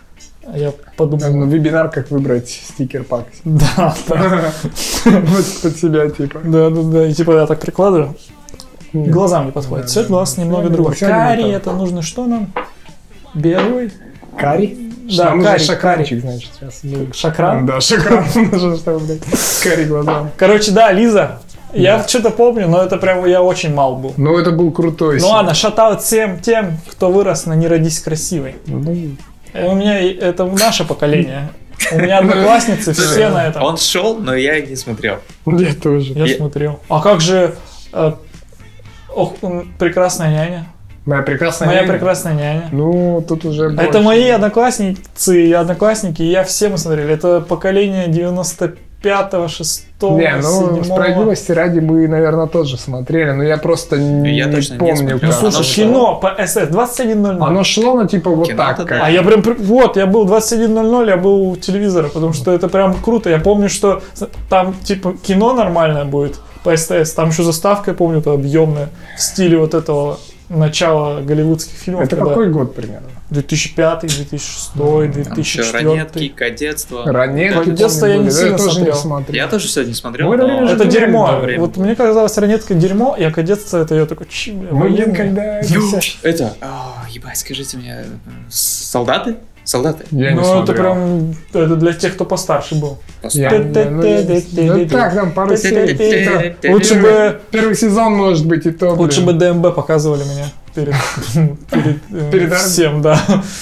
я подумал... На вебинар, как выбрать стикер-пак. Да, да, Вот под себя, типа. да, да, да. И типа я так прикладываю. Глазам не подходит. Да, Цвет да, глаз да. немного Всё другой. не- всё не Карий так. это нужно что нам? Белый? Карри? Да, Нам нужен карри, шакранчик, значит, сейчас. Ну, Шакран? Да, шакран нужен, чтобы, блядь, карри глазам. Короче, да, Лиза. Я что-то помню, но это прям я очень мал был. Ну, это был крутой. Ну ладно, шатаут всем тем, кто вырос на «Не родись красивой». Ну, Э, У меня и- это наше поколение. У меня одноклассницы все на этом. Он шел, но я не смотрел. я тоже. Я Я- смотрел. А как же э, ох, м, прекрасная няня? Моя прекрасная Моя няня. прекрасная няня. Ну, тут уже Это больше. мои одноклассницы и одноклассники, и я все мы смотрели. Это поколение девяносто пятого, шестого, Не, ну, седьмого. справедливости ради мы, наверное, тоже смотрели, но я просто не, Я точно не помню. смотрел. Ну как. слушай, Оно кино по эс эс двадцать один ноль ноль. Оно шло, ну, типа, вот Кино так, это как. да. А я прям, при- вот, я был двадцать один ноль ноль, я был у телевизора, потому что это прям круто. Я помню, что там, типа, кино нормальное будет по эс тэ эс, там еще заставка, я помню, то объемная, в стиле вот этого начала голливудских фильмов. Это когда какой год примерно? две тысячи пятый, две тысячи шестой, две Там тысячи еще четвёртый. ранетки, кадетство. Ранетки, Детство помню, я не были, да, сильно тоже смотрел. не смотрел. Я тоже сегодня смотрел, Мы это время но... же Это знаем, дерьмо. да, время. Вот мне казалось, ранетка дерьмо, я кадетство, это я такой, чи, бля, Мы, блин, военный. когда... это Ё, вся- Это, а, ебать, скажите мне, э, солдаты? Солдаты? Я не Ну, это смотрел. прям, это для тех, кто постарше был. Я, я, ну, я- ну, так, там пару серий. Лучше бы, Первый сезон, может быть, и то, лучше бы блин. ДМБ показывали меня перед, перед, э, Перед армией. всем, да.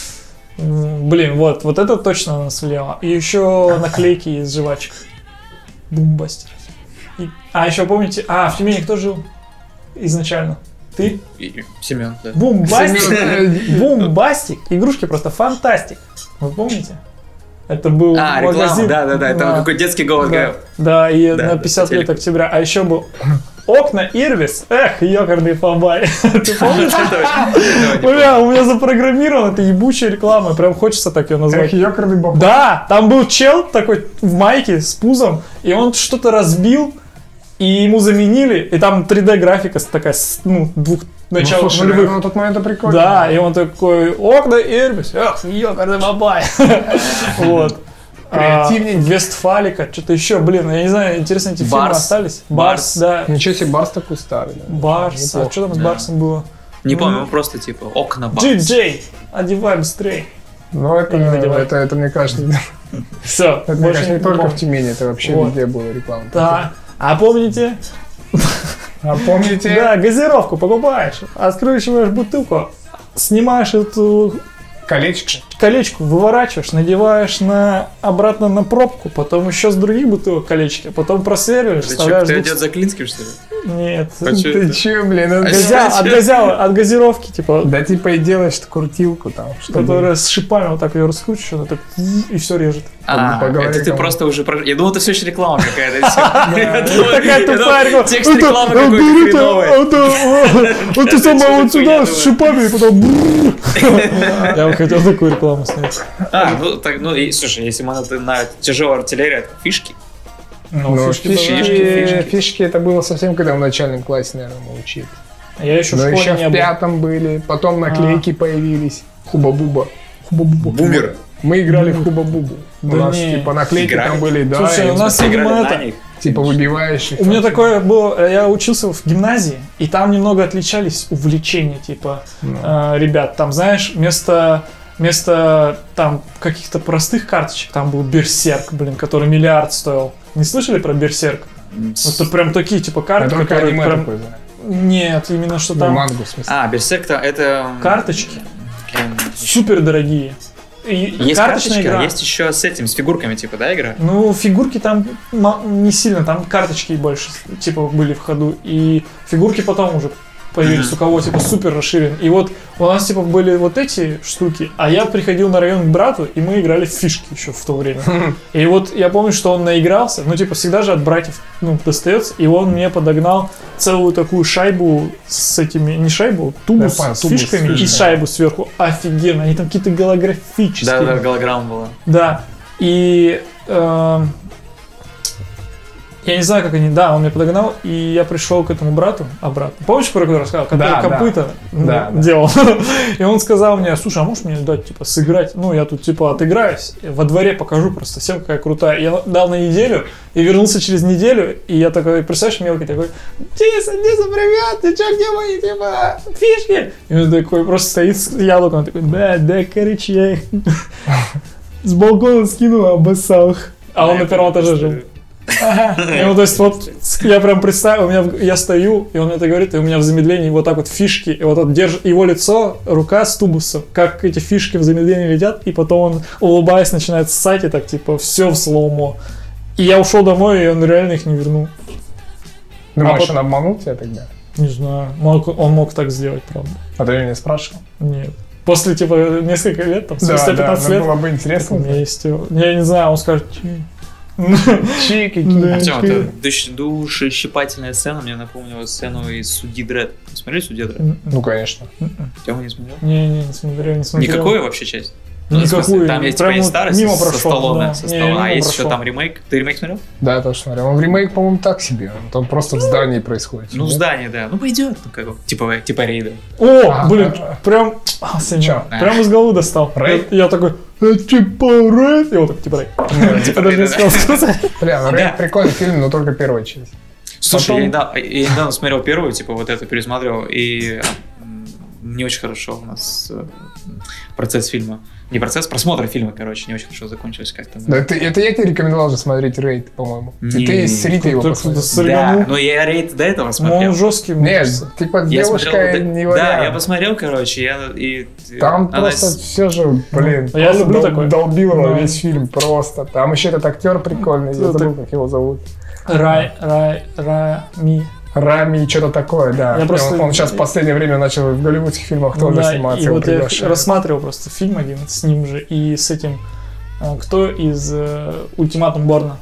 М, Блин, вот, вот это точно нас влияло. И еще наклейки из жвачек. Бумбастер. И- а еще помните, а, в Тюмени кто жил изначально? Ты? Семен, да. Бумбастик. Семён, Бумбастик. Игрушки просто фантастик. Вы помните? Это был А, реклама, магазин. да-да-да, это Да. какой детский голос Да, говорил. да, и Да, на да, пятьдесят по лет телеку. октября. А еще был окна Ирвис. Эх, ёкарный фабай. Ты помнишь? У меня, у меня запрограммирована эта ебучая реклама. Прям хочется так ее Эх, назвать. ёкарный бабай. Да, там был чел такой в майке с пузом, и он что-то разбил, и ему заменили, и там три дэ графика такая, с, ну, двух Ну, начала слушай, нулевых. ну, на тот момент это прикольно. Да, и он такой, окна Ирбис, эх, ёкарный бабай. Вот. А, Креативненький. Вестфалика, что-то еще, блин, я не знаю, интересно, эти фильмы Барс. остались? Барс. Барс, да. Ничего себе, Барс такой старый. да. Барс, а Неплохо. что там с Да. Барсом было? Не помню, он просто типа окна бар. Джей-Джей, одевай быстрей. Ну, это, Или надевать. это, это, мне кажется, не- Все, это, мне кажется, не только в Тюмени, это вообще Вот. везде была реклама. Да. А помните? А помните? Да, газировку покупаешь, откручиваешь бутылку, снимаешь эту Колечко. колечку, выворачиваешь, надеваешь на, обратно на пробку, потом еще с других бутылок колечки, потом просверливаешь, Ты что, вставляешь... кто двух- идет за Клинским, что ли? Нет. А чё Ты это? че, блин? ну, А Газя- чё? от, газя- от газировки, типа, Да типа и делаешь крутилку там, чтобы... которая с шипами вот так ее раскручиваешь, она так и все режет. А, поговори это ты кому. просто уже... про- Я думал, это все еще реклама какая-то. Я думал- Такая я думал, тупая реклама. Текст Это, рекламы э, какой-то берите, хреновый. это, э, Вот ты сама Что вот за сюда хуйня, с думаю? шипами, и потом... бррр. Я бы хотел такую рекламу снять. А, ну так, ну и слушай, если мы на, на тяжелой артиллерии, это фишки. Ну, фишки фишки, бывают. фишки, фишки. это было совсем, когда в начальном классе, наверное, мы учились. Я еще в Но школе еще не в был. пятом были, потом наклейки появились. Хуба-буба. Хуба-буба. Бумер. Мы играли в Хуба-Бубу. У Да нас, не. типа, наклейки Играли? там были, да. Слушай, и у нас, Играли видимо, на это... них? типа выбиваешь их. У меня там. такое было, я учился в гимназии, и там немного отличались увлечения, типа, Ну. э, ребят, там, знаешь, вместо, вместо там каких-то простых карточек, там был Берсерк, блин, который миллиард стоил. Не слышали про Берсерк? Это прям такие, типа, Я карты, только которые аниме прям... такое знаю. Нет, именно что Ну, там мангу, в смысле. А, Берсерк это... карточки Блин, супер дорогие. И Есть карточная карточка, игра. есть еще с этим, с фигурками, типа, да, игра? Ну, фигурки там ма- не сильно, там карточки больше, типа, были в ходу. И фигурки потом уже появились, у кого, типа, супер расширен. И вот у нас, типа, были вот эти штуки, а я приходил на район к брату, и мы играли в фишки еще в то время. И вот я помню, что он наигрался, ну, типа, всегда же от братьев, ну, достается, и он мне подогнал целую такую шайбу с этими, не шайбу, тубус Я понял, с тубус, фишками и фишки. шайбу сверху. Офигенно, они там какие-то голографические. Да, да, голограмма была. Да, и эм, я не знаю, как они... Да, он меня подогнал, и я пришел к этому брату обратно. Помнишь, про который рассказал? Который Да, да. копыта ну, Да, да. делал. И он сказал мне, слушай, а можешь мне дать, типа, сыграть? Ну, я тут, типа, отыграюсь, во дворе покажу просто всем, какая крутая. Я дал на неделю, и вернулся через неделю, и я такой, представляешь, мелкий такой, Диса, Диса, привет, ты чё, где мои, типа, фишки? И он такой просто стоит с яблоком, такой, да, да, короче, я их с балкона скинул, обоссал их. А он на первом этаже жил. И ну, то есть, вот я прям представил, у меня, в- я стою, и он это говорит, и у меня в замедлении вот так вот фишки, и вот так держит его лицо, рука с тубусом, как эти фишки в замедлении летят, и потом он, улыбаясь, начинает ссать, и так, типа, все в слоумо. И я ушел домой, и он реально их не вернул. Думаешь, а он обманул тебя тогда? Не знаю, мог, он мог так сделать, правда. А ты меня не спрашивал? Нет. После, типа, нескольких лет, там, спустя пятнадцать ну, лет, было бы так, интересно. у меня есть его. Я не знаю, он скажет, «Чи». Чики, Да. Артем, это душ- душещипательная сцена мне напомнила сцену из «Судьи Дред». Вы смотрели «Судья Дред»? Ну, конечно. Тема не смотрел? Не, не, не смотрел, не смотрел. Никакую вообще часть? Ну, в Никакую. смысле, там есть Прям типа и вот старость мимо со прошел, Сталлоне, да. со Не, Сталлоне. мимо А есть еще прошел. там ремейк. Ты ремейк смотрел? Да, я тоже смотрел. Он в ремейк, по-моему, так себе. Он просто в здании происходит. Ну, в Нет? здании, да. Ну, пойдет. Ну, как, типа, типа рейда. О, А, блин, а, прям, а, Саня, Чё? прям из головы достал. Рейд? Я, я такой, «Э, типа рейд, и вот так, типа рейд. Типа даже не сказал сказать. Бля, ну Да. Рейд прикольный фильм, но только первая часть. Слушай, Потом- я, недавно, я недавно смотрел первую, типа, вот эту пересмотрел, и м, не очень хорошо у нас э, процесс фильма. Не процесс, просмотра фильма, короче, не очень хорошо закончилось как-то. Да, это, это я тебе рекомендовал же смотреть Рейд, по-моему. И Не, ты с Ритой его так посмотрел. с- сорванул. Да, но я рейд до этого Ну, смотрел. он жесткий, мне Нет, кажется. типа Я девушка смотрел, не да, вариант. да, я посмотрел, короче, я и Там она просто с- все же, блин, Я просто люблю дол- такое. долбилово Да. весь фильм просто. Там еще этот актер прикольный, я Это- забыл, как его зовут. Рай, рай, рами. Рами, что-то такое, да. Я И просто- он, он сейчас в последнее время начал в голливудских фильмах тоже Да, сниматься, и его вот я приглашают. рассматривал просто фильм один с ним же, и с этим, а, кто из э, «Ультиматум Борна».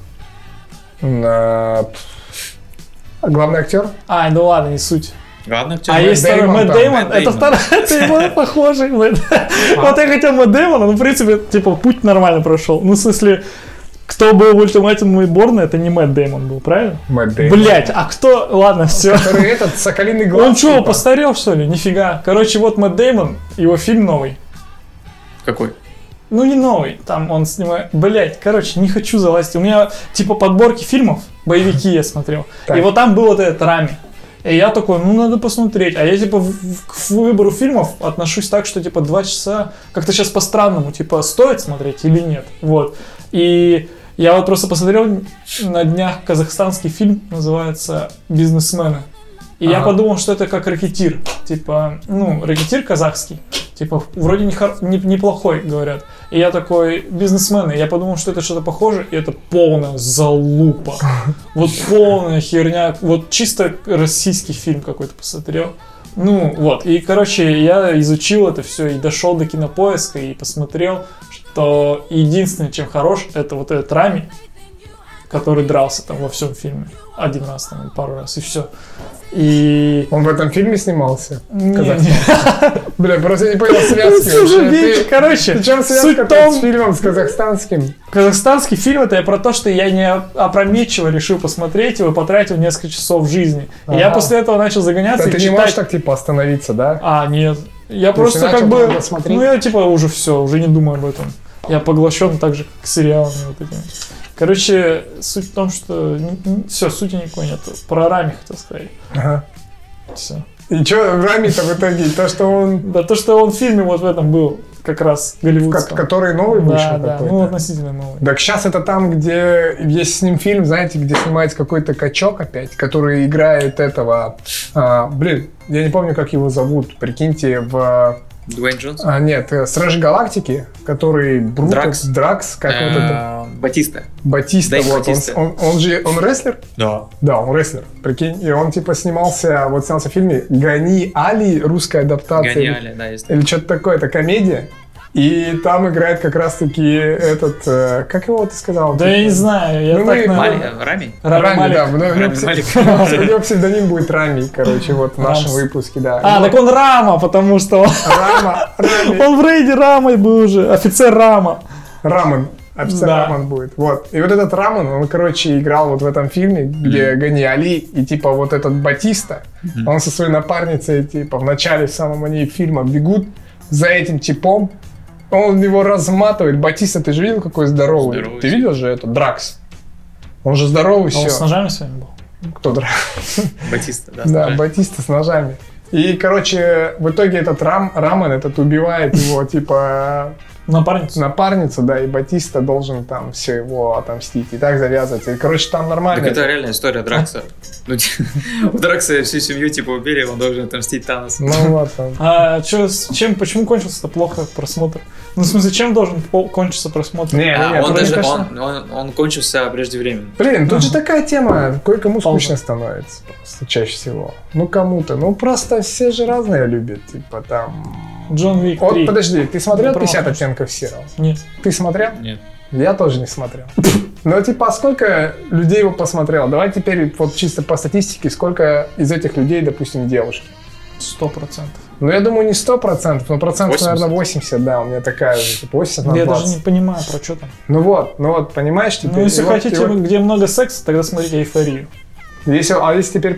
На- Главный актер? А, ну ладно, не суть. Ладно, актер. А Мэтт есть второй Дэймон Мэтт там. Дэймон, Мэтт это Дэймон. второй, это его похожий. Мэтт. Вот я хотел Мэтт Дэймона, но в принципе, типа, путь нормально прошел. Ну, в смысле, кто был в «Ультиматуме Борна», это не Мэтт Дэймон был, правильно? Мэтт Дэймон. Блять, а кто? Ладно, все. Который этот, соколиный глаз. Он что, типа. постарел, что ли? Нифига. Короче, вот Мэтт Дэймон, его фильм новый. Какой? Ну, не новый, там он снимает... Блять, короче, не хочу залазить. У меня, типа, подборки фильмов, боевики я смотрел. Так. И вот там был вот этот Рами. И я такой, ну, надо посмотреть. А я, типа, в- в- к выбору фильмов отношусь так, что, типа, два часа... Как-то сейчас по-странному, типа, стоит смотреть или нет. Вот. И я вот просто посмотрел на днях казахстанский фильм, называется «Бизнесмены». И я Ага. подумал, что это как рэкетир. Типа, ну, рэкетир казахский. Типа, вроде не хор- не- неплохой, говорят. И я такой, бизнесмены. Я подумал, что это что-то похоже, и это полная залупа. Вот полная херня. Вот чисто российский фильм какой-то посмотрел. Ну, вот. И, короче, я изучил это все и дошел до Кинопоиска и посмотрел, что единственное, чем хорош, это вот этот Рами, который дрался там во всем фильме. Один раз там, пару раз, и все. И... Он в этом фильме снимался? Не, Казахстан. не. Бля, просто я не понял связки. Слушай, вообще. видишь, Ты- короче, Ты чем суть связка в том, с фильмом, с казахстанским? казахстанский фильм это я про то, что я не опрометчиво решил посмотреть его и потратил несколько часов жизни. И я Ага. после этого начал загоняться Да и ты не читать. можешь так типа остановиться, да? А, нет. Я То есть просто ты как начал бы... много смотреть? Ну, я типа уже все, уже не думаю об этом. Я поглощен так же, как сериалами вот этими. Короче, суть в том, что... Все, сути никакой нет. Про Рами хотел сказать. Ага. Все. И что Рами-то в итоге? То, что он... Да, то, что он в фильме вот в этом был, как раз, голливудском. Который новый вышел да, да, какой-то? ну относительно новый. Так сейчас это там, где есть с ним фильм, знаете, где снимается какой-то качок опять, который играет этого... А, блин, я не помню, как его зовут. Прикиньте, в... Дуэйн Джонсон? А, нет, Стражи Галактики, который... Дракс. Дракс, как вот это... Батиста. Батиста, Дэйв вот. Батиста. Он, он, он же... Он рестлер? Да. Да, он рестлер, прикинь. И он типа снимался, вот снялся в фильме «Гони Али», русская адаптация. Гони Али, да, есть. Или что-то такое, это комедия. И там играет как раз-таки этот... Э, как его ты сказал? Да я не знаю, я Ну, так... мы- на- Мали- Рами? Рами Рами, Малик. да. У него Рами пси- Малик. у него псевдоним будет Рами, короче, вот в нашем Рамс. выпуске, да. А, Вот. так он Рама, потому что... Рама, Рами, Он в рейде Рамой был уже, офицер Рама. Рамен. Офицер Да. Рамен будет. Вот. И вот этот Рамен, он, короче, играл вот в этом фильме, где Гони Али, и типа вот этот Батиста, он со своей напарницей, типа, в начале, в самом они фильма бегут за этим типом, он его разматывает. Батиста, ты же видел, какой здоровый? Здоровый. Ты видел же этот Дракс? Он же здоровый, А он с все. ножами своими был? Кто Дракс? Батиста, да. Да, знаю. Батиста с ножами. И, короче, в итоге этот Рам, Рамен этот убивает его, типа, Напарницу? напарницу, да, и Батиста должен там все его отомстить. И так завязывается. И, короче, там нормально. Так это реальная история Дракса. Ну, ти- у Дракса всю семью типа убили, он должен отомстить Таносу. Ну вот он. А чё, с чем, почему кончился-то плохо просмотр? Ну, в смысле, чем должен по- кончиться просмотр? Не, А, не, он мне даже, кажется- он, он, он кончился преждевременно. Блин, тут же такая тема, кое-кому Полно. скучно становится просто чаще всего. Ну кому-то, ну просто все же разные любят, типа там... Джон Уик Вот, три. подожди, ты смотрел Не пятьдесят промахнешься. оттенков серого? Нет. Ты смотрел? Нет. Я тоже не смотрел. Но типа, а сколько людей его посмотрело? Давай теперь вот чисто по статистике, сколько из этих людей, допустим, девушки? Сто процентов. Ну, я думаю, не сто процентов, но процентов, восемьдесят? наверное, восемьдесят, да, у меня такая же, типа восемьдесят на Я двадцать. даже не понимаю, про что там. Ну вот, ну вот, понимаешь, теперь... Ну, если и вот- хотите, и вот- где много секса, тогда смотрите «Эйфорию». Если, а если теперь...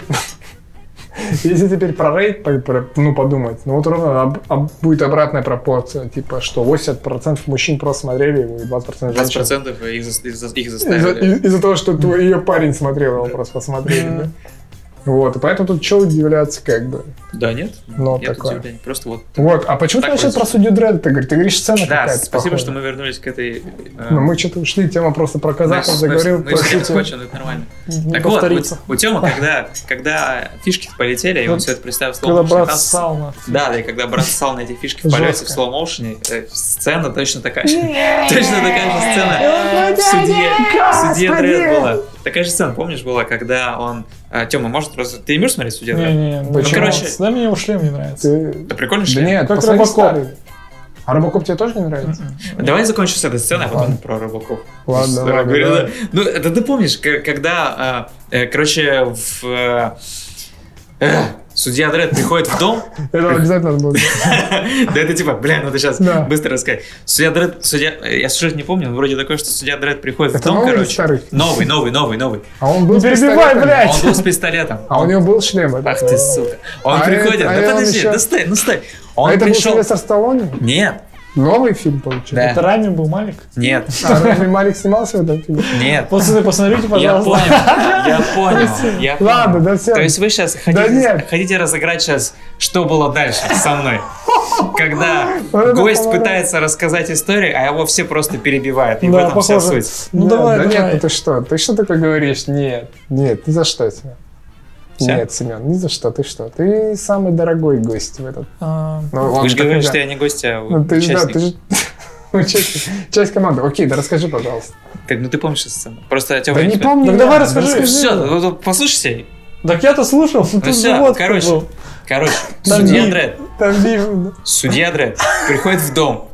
Если теперь про рейд, по- про- ну, подумать, ну, вот ровно об- об- будет обратная пропорция, типа, что восемьдесят процентов мужчин просто смотрели его, и двадцать процентов двадцать женщин. процентов их, за- их за- их Из-за, заставили. из- из-за того, что твой ее парень смотрел его, просто посмотрели, да? Вот, и поэтому тут что удивляться, как бы. Да, нет? Ну, Нет такое. удивления. Просто вот. Вот, а почему ты Так начал про произошло. судью Дред? Ты говоришь, ты говоришь, сцена Да, какая-то спасибо, похожая. что мы вернулись к этой... э, Ну, мы что-то ушли, тема просто про казахов мы- заговорил. мы- мы по все сути. скотчем, это нормально. Не Так вот, повторится. у, у Тёмы, когда, когда фишки полетели, и он Вот все это представил в Когда slow-motion, брат там- ссал на... Да, да, и когда брат ссал на эти фишки в полете в Жестко. слоу-моушене, э, сцена точно такая же. Точно такая же сцена в судье, в судье Дред была. Такая же сцена, помнишь, была, когда он... а, Тёма, может, просто... Ты не будешь смотреть судья Дред? Не-не, Ну, ну, короче- Да, мне его шлем не нравится. Ты- Да прикольно, Да что ли? нет, Как посмотри Робокоп. старый. А Робокоп тебе тоже не нравится? Давай закончим с этой сценой, а потом Ладно. про Робокоп. Ладно, С- ладно, говорю, давай. да. Ну, это ты помнишь, к- когда, э, э, короче, в... э, э, судья Дред приходит в дом, Это обязательно надо будет. да это типа, бля, надо сейчас Да. быстро рассказать. Судья Дред, судья, я сюжет не помню, но вроде такое, что судья Дред приходит в Это дом, новый или короче. старый? Новый, новый, новый, новый. А он был Не с перебивай, пистолетом? блядь! Он был с пистолетом. А у него был шлем? этот? Ах ты, сука. Он А приходит, это- а да он подожди, еще- да стой, ну стой. А Он это был пришел... Сильвестр Сталлоне? Нет, Новый фильм, получается? Да. Это Рами был Малик? нет, А Рами Малик снимался в этом фильме? нет. Пацаны, посмотрите, Я пожалуйста. понял, я понял, я понял. Ладно, да все. То есть вы сейчас Да хотите, нет. хотите разыграть сейчас, что было дальше со мной? Когда Вот это гость поворот. пытается рассказать историю, а его все просто перебивают. И в Да, этом вся похоже. суть. Ну Нет, давай, да давай. нет, ну ты что? Ты что такое говоришь? Нет, нет, ни за что, Семен. Всё? Нет, Семен, ни за что, ты что? Ты самый дорогой гость в этот. А, Ну, Вы ладно, же так говорите, нельзя. что я не гость, а Ну ты же, да, участник. ты же... ну, часть, часть команды. Окей, да расскажи, пожалуйста. Так, ну ты помнишь эту сцену? Просто Тёма... Да не помню. Так я. давай расскажи. Все, послушайте. Так я-то слушал, Ну тут все, живот короче, был. короче, Там судья не- Дред, Там видно. судья Дред приходит в дом.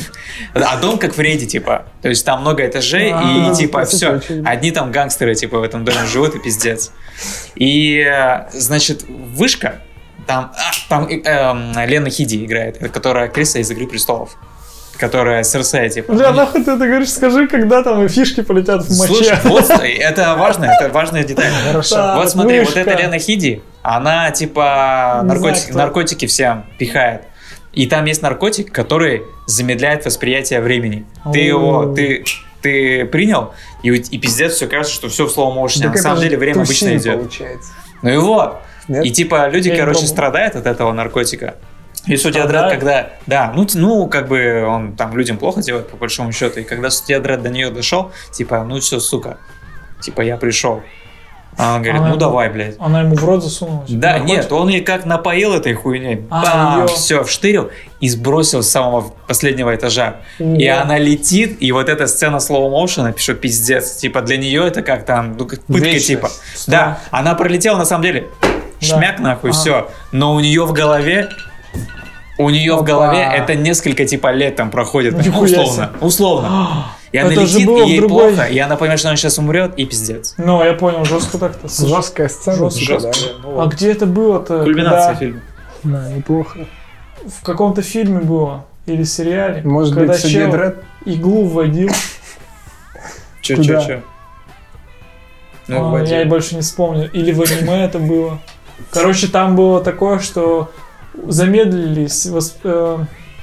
А дом как в рейде, типа. То есть там много этажей, А, и да, типа это все. очевидно. Одни там гангстеры, типа, в этом доме живут, и пиздец. И, э, значит, вышка, там, а, там э, эм, Лена Хиди играет, которая Криса из «Игры престолов». Которая Серсея, типа. Бля, нахуй ты это говоришь, скажи, когда там фишки полетят в моче. Слушай, вот, это важно, это важная деталь. Хорошо. Да. Вот смотри, вышка. вот эта Лена Хиди, она типа Не наркотики, знаю, кто. наркотики всем пихает. И там есть наркотик, который замедляет восприятие времени. Ты О. его, ты, ты принял, и, и пиздец, все кажется, что все в slow motion. А на самом деле время обычно идет. Получается. Ну и вот. Нет? И типа люди, Я не короче, пробовал. страдают от этого наркотика. И судья Дред, Страдают? когда... Да, ну, т- ну, как бы он там людям плохо делает, по большому счету. И когда судья Дред до нее дошел, типа, ну все, сука, типа, я пришел. А он говорит, Она ну ему- давай, блядь. Она ему в рот засунула. Да, Наркотик. нет, он ей как напоил этой хуйней, А, её. все, вштырил и сбросил с самого последнего этажа. И О. она летит, и вот эта сцена slow motion, пишу, пиздец. Типа, для нее это как там, ну, как пытка, Вечность. типа. Да, она пролетела, на самом деле, шмяк нахуй, Ага. все. Но у нее в голове, у нее в Опа. голове это несколько типа лет там проходит, Нихуя условно. Условно. И она Это же летит, было и в ей другой- плохо, и она понимает, что она сейчас умрет, и пиздец. Ну, я понял, жестко так-то. Жесткая сцена. Жестко. типа, да. А где это было-то? Кульминация Когда фильма. Да, неплохо. В каком-то фильме было? Или сериале? Может когда быть, судья чел Дред? иглу вводил. Че, Куда? че, че? Ну, А, вводи. я и больше не вспомню. Или в аниме это было. Короче, там было такое, что замедлились... восп- э,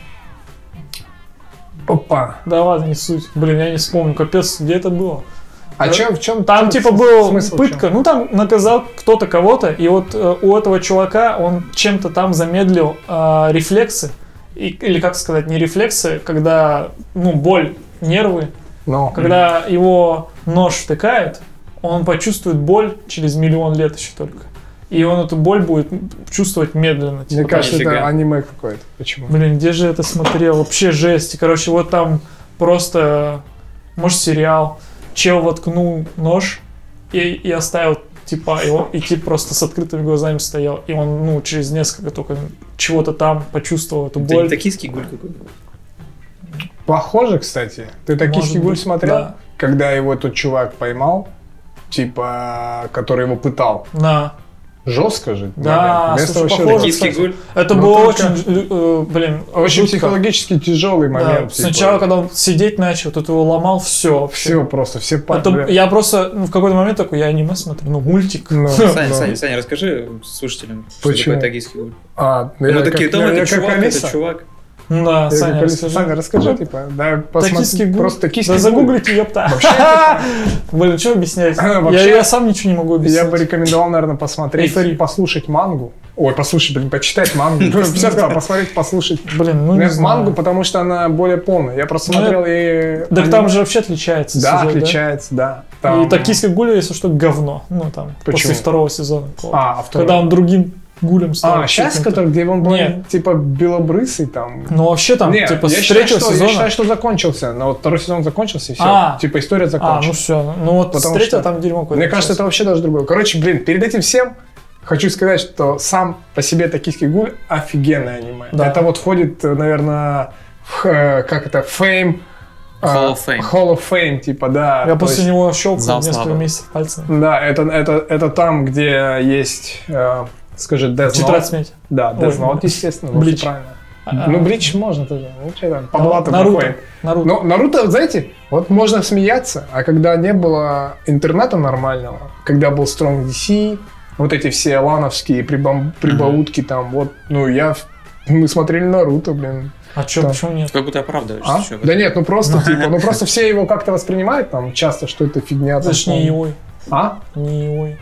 Опа. Да ладно, не суть. Блин, я не вспомню. Капец, где это было? А Да. чё, в чем Там типа был пытка, ну там наказал кто-то кого-то, и вот э, у этого чувака он чем-то там замедлил э, рефлексы, и, или как сказать, не рефлексы, когда, ну, боль, нервы, Ну, когда его нож втыкает, он почувствует боль через миллион лет еще только. И он эту боль будет чувствовать медленно. мне типа, кажется, нифига. это аниме какое-то. Почему? Блин, где же это смотрел? Вообще жесть. И, короче, вот там просто, может, сериал. Чел воткнул нож и, и оставил, типа, его, и тип просто с открытыми глазами стоял. И он, ну, через несколько только чего-то там почувствовал эту Это боль. не токийский гуль какой-то. Похоже, кстати. Ты «Токийский Может гуль» быть, смотрел? да. Когда его тот чувак поймал, типа, который его пытал. Да. Жестко же. Да, момент. Вместо слушай, вообще похоже, таких- Токийский кстати. гуль. Это Ну, было только- очень, э, блин, Очень жутко. психологически тяжелый Да, момент. типа. Сначала, когда он сидеть начал, тут его ломал, все вообще. Все просто, все Это- падали. я просто ну, в какой-то момент такой, я аниме смотрю, ну, мультик. Ну, Саня, ну. Саня, Саня, расскажи слушателям, что Почему? такое токийский гуль. А, ну, Мы я такие, как- там я- я это как чувак, Алиса. это чувак. Ну да, Я Саня, как Алиса. расскажи. Саня, расскажи, типа, да, посмотри. Токийский гуль. Просто токийский Да гуль. загуглите, ёпта. Вообще, Блин, что объяснять? А, Я, вообще, я сам ничего не могу объяснить. Я бы рекомендовал, наверное, посмотреть, Эйфория. послушать мангу. Ой, послушать, блин, почитать мангу. Все сказал, посмотреть, послушать. Блин, ну не Нет, знаю. мангу, потому что она более полная. Я просто Ну, смотрел и... Так аниме. там же вообще отличается Да, сюжет, отличается, да. И Там- токийский гуль, если что, говно. Ну там, Почему? после второго сезона. А, а второй? Когда он другим гулем стал. А, сейчас, каким-то. который, где он был, Нет. типа, белобрысый там. Ну вообще там, Нет, типа, я с считаю, третьего что, сезона... Я считаю, что закончился, но вот второй сезон закончился, и все. А. Типа, история А, ну закончилась. все. Ну вот Потому с третьего что- там дерьмо какое-то. Мне кажется, это вообще даже другое. Короче, блин, перед этим всем хочу сказать, что сам по себе «Токийский гуль» офигенное аниме. Да. Это вот входит, наверное, в, э, как это, Fame. э, Hall of Fame. Hall of Fame, типа, да. Я То после есть- него щелкал Зал несколько славы. месяцев пальцем. Да, это, это, это там, где есть, э, скажи, Death Тетрадь Note. смерти. Да, Ой, Death Note, естественно, вот Блич. всё правильно. А, Ну, а, Блич можно тоже. Ну, что там, по блату Наруто. проходим. Наруто. Ну, Наруто, знаете, вот можно смеяться, а когда не было интернета нормального, когда был Strong ди си, вот эти все лановские прибам- прибаутки там, вот, ну, я, мы смотрели Наруто, блин. А что, Да. почему нет? Как будто оправдываешься. А? чё, Да нет, ну просто, типа, ну просто все его как-то воспринимают там часто, что это фигня. Это там, ж не Иой. А? Не Иой.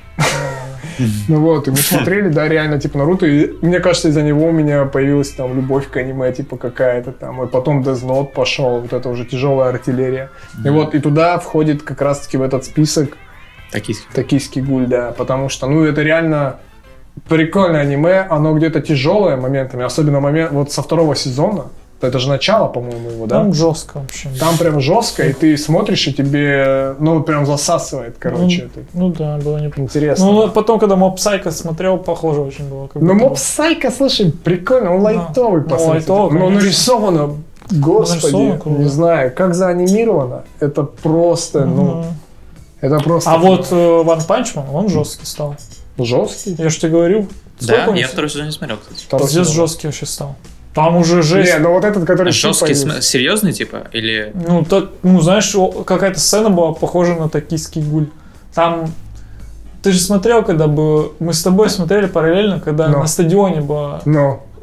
Ну вот, и мы смотрели, да, реально, типа, Наруто, и мне кажется, из-за него у меня появилась там любовь к аниме, типа, какая-то там, и потом Death Note пошел, вот это уже тяжелая артиллерия. И вот, и туда входит как раз-таки в этот список Токийский. «Токийский гуль», да, потому что, ну, это реально прикольное аниме, оно где-то тяжелое моментами, особенно момент, вот со второго сезона, это же начало, по-моему, его, да? Там жестко вообще. Там прям жестко, и ты смотришь, и тебе, ну, прям засасывает, короче, это Ну да, было неплохо. интересно. Ну, потом, когда Моб Сайко смотрел, похоже очень было. как Ну, будто Моб бы. Сайко, слушай, прикольно, он лайтовый, по Ну, сути. лайтовый, Но конечно. нарисовано, господи, Нарисовано круто. не знаю, как заанимировано, это просто, ну, Мгм. это просто... А вот э, One Punch Man, он жесткий стал. Жесткий? Я же тебе говорил. Да, сколько у я них? второй сезон не смотрел, кстати. Второй Пиздец сезон. жесткий вообще стал. Там уже жесть. Не, ну вот этот, который щит Жесткий, появился. см- серьезный, типа? Или... Ну, так, ну, знаешь, о- какая-то сцена была похожа на токийский гуль. Там... Ты же смотрел, когда бы... Мы с тобой смотрели параллельно, когда Ну. на стадионе была Ну,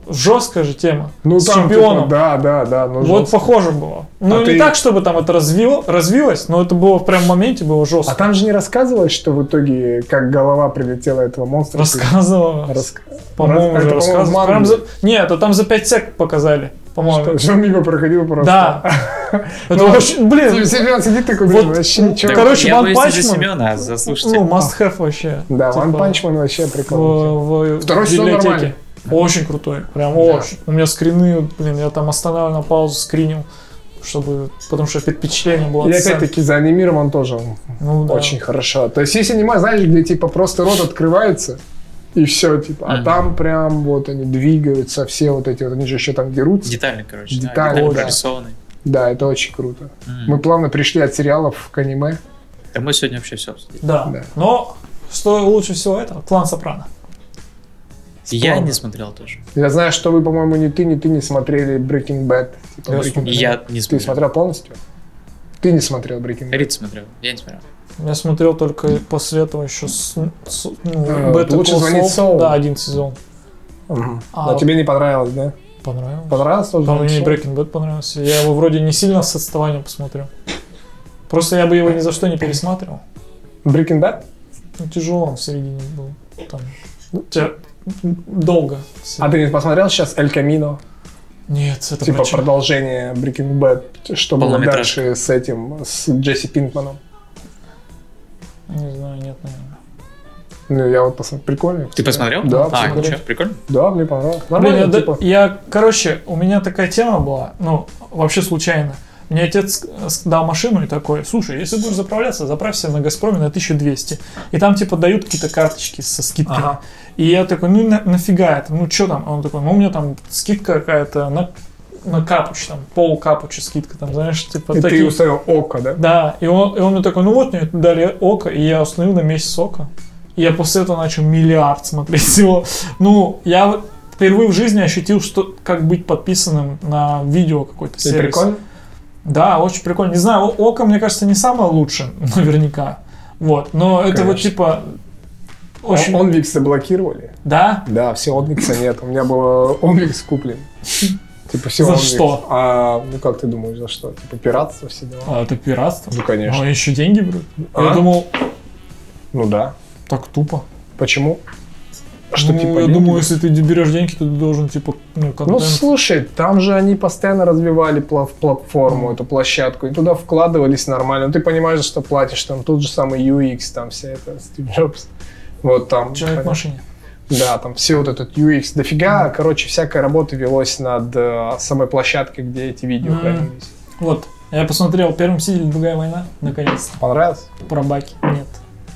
жесткая же тема. Ну, с там, чемпионом. Типа, да, да, да. Ну, вот жестко. похоже было. Ну, А не ты... так, чтобы там это развил, развилось, но это было прям в моменте было жестко. А там же не рассказывалось, что в итоге, как голова прилетела этого монстра? Рассказывала. Рас... По-моему, это, уже рассказывала. Прям за... Нет, это там за пять сек показали. По-моему. Что, он мимо проходил просто? Да. Это Ну, очень, блин. Семен сидит такой, блин, Вот, вообще ничего. да, короче, я One боюсь из-за Punch Man. Семена, а за слушайте. Ну, must have вообще. Да, Типа, One Punch Man вообще прикольный. В, в Второй сезон библиотеке. нормальный. Очень крутой. Прям Да. очень. У меня скрины, блин, я там останавливал на паузу, скринил. Чтобы, потому что впечатление было. И от сцены. опять-таки заанимирован тоже Ну, да. очень хорошо. То есть есть аниме, знаешь, где типа просто рот открывается, и все, типа. А Мгм. там прям вот они двигаются, все вот эти вот, они же еще там дерутся. Детально, короче. Детально, да, детально да. прорисованы. Да, это очень круто. М. Мы плавно пришли от сериалов к аниме. Да мы сегодня вообще все обсудили. Да. Да. Но что лучше всего этого? Клан Сопрано. Я Спорно. не смотрел тоже. Я знаю, что вы, по-моему, ни ты, ни ты не смотрели Breaking Bad. Типа Я Breaking смотрел. Bad. Я не Ты смотрел. смотрел полностью? Ты не смотрел Breaking Bad? Рид смотрел. Я не смотрел. Я смотрел только после этого еще с, с- ну, А, Better «Лучше Call звонить Saul». Солу. Да, один сезон. Мгм. А- А тебе не понравилось, да? Понравилось. Понравилось тоже? По мне «Звонить Солу»? Breaking Bad понравился. Я его вроде не сильно с отставанием посмотрел. Просто я бы его ни за что не пересматривал. Breaking Bad? Ну, тяжело он в середине был. Там, те- долго. А ты не посмотрел сейчас «Эль Камино»? Нет, это Типа про чё? продолжение Breaking Bad, что было Полнометражка. дальше с этим, с Джесси Пинкманом. Не знаю, нет, наверное. Ну, я вот посмотрел. Прикольно. Ты посмотрел? Да, А, посмотрел. ничего, прикольно. Да, мне понравилось. Блин, Нормально, я, да- типа. я, короче, у меня такая тема была, ну, вообще случайно. Мне отец с- дал машину и такой: слушай, если будешь заправляться, заправься на Газпроме на тысячу двести. И там, типа, дают какие-то карточки со скидками. Ага. И я такой: ну, на- нафига это? Ну, что там? А он такой: ну, у меня там скидка какая-то на, на капуч, там, пол капуча скидка, там, знаешь, типа, И такие. ты уставил око, да? Да, и он, и он мне такой: ну вот, мне дали око, и я установил на месяц око. И я после этого начал миллиард смотреть всего. Ну, я вот впервые в жизни ощутил, что как быть подписанным на видео какой-то И сервис. прикольно? Да, очень прикольно. Не знаю, о- око, мне кажется, не самое лучшее, наверняка. Вот, но это вот Конечно. типа очень... Он- Онвикс заблокировали. Да? Да, все, Онвикса нет. У меня был Онвикс куплен. Типа все За Онвикс. что? А, ну как ты думаешь, за что? Типа пиратство, все дела? А, это пиратство? Ну, конечно. А еще деньги берут? А? Я думал, Ну да. так тупо. Почему? Что ну, типа я деньги? думаю, если ты берешь деньги, то ты должен, типа, ну, Ну контент... слушай, там же они постоянно развивали пла- платформу, эту площадку, и туда вкладывались нормально. Ну ты понимаешь, что платишь, там тот же самый ю экс, там вся эта Стив Джобс. Вот там. Человек в понятно. машине. Да, там все вот этот ю экс. Дофига, короче, всякая работа велась над э, самой площадкой, где эти видео Мгм. хранились. Вот, я посмотрел «Первый мститель. Другая война», наконец-то. Понравилось? Про Баки. Нет.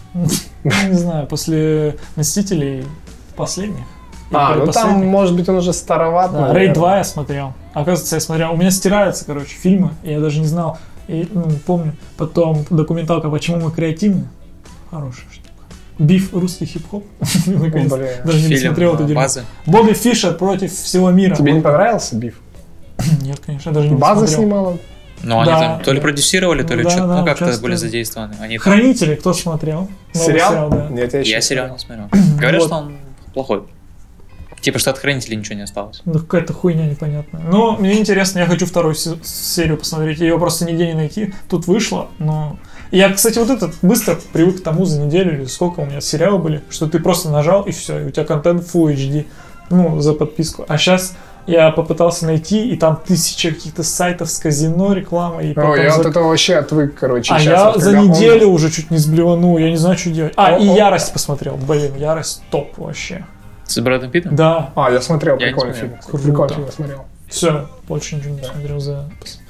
Ну, не знаю, после «Мстителей» последних. и А, ну там, предпоследних. может быть, он уже староват. Да, наверное. «Рейд два» я смотрел. Оказывается, я смотрел. У меня стираются, короче, фильмы, и я даже не знал. И, ну, помню. Потом документалка «Почему мы креативны». Хорошая штука. «Биф. Русский хип-хоп». Наконец-то. Блин. Даже не Фильм смотрел это э, дерьмо. «Базы». Бобби Фишер против всего мира. Тебе не Вот. понравился Биф? Нет, конечно, я даже не База смотрел. снимала? Ну, они Да. там то ли продюсировали, то ли Ну, да, что-то, да, ну, как-то участвовали. были задействованы. Они там- «Хранители» кто смотрел? Новый Сериал? да. Нет, я еще Я не сериал смотрел. не смотрел. Говорят, Вот. что он плохой. Типа, что от хранителей ничего не осталось. Да какая-то хуйня непонятная. Но мне интересно, я хочу вторую се- серию посмотреть. Ее просто нигде не найти. Тут вышло, но... Я, кстати, вот этот быстро привык к тому за неделю, или сколько у меня сериалы были, что ты просто нажал и все, и у тебя контент Full эйч ди, ну, за подписку. А сейчас я попытался найти, и там тысяча каких-то сайтов с казино, реклама, и потом Ой, я за- от этого вообще отвык, короче. А щас я вот за когда он- неделю уже чуть не сблеванул, я не знаю, что делать. А, О, и о. «Ярость» посмотрел. Блин, «Ярость» топ вообще. С Брэдом Питтом? Да, А, я смотрел, Я не прикольный смотрел. фильм. кстати, Круто. Прикольный фильм я смотрел. все, больше ничего не смотрел за...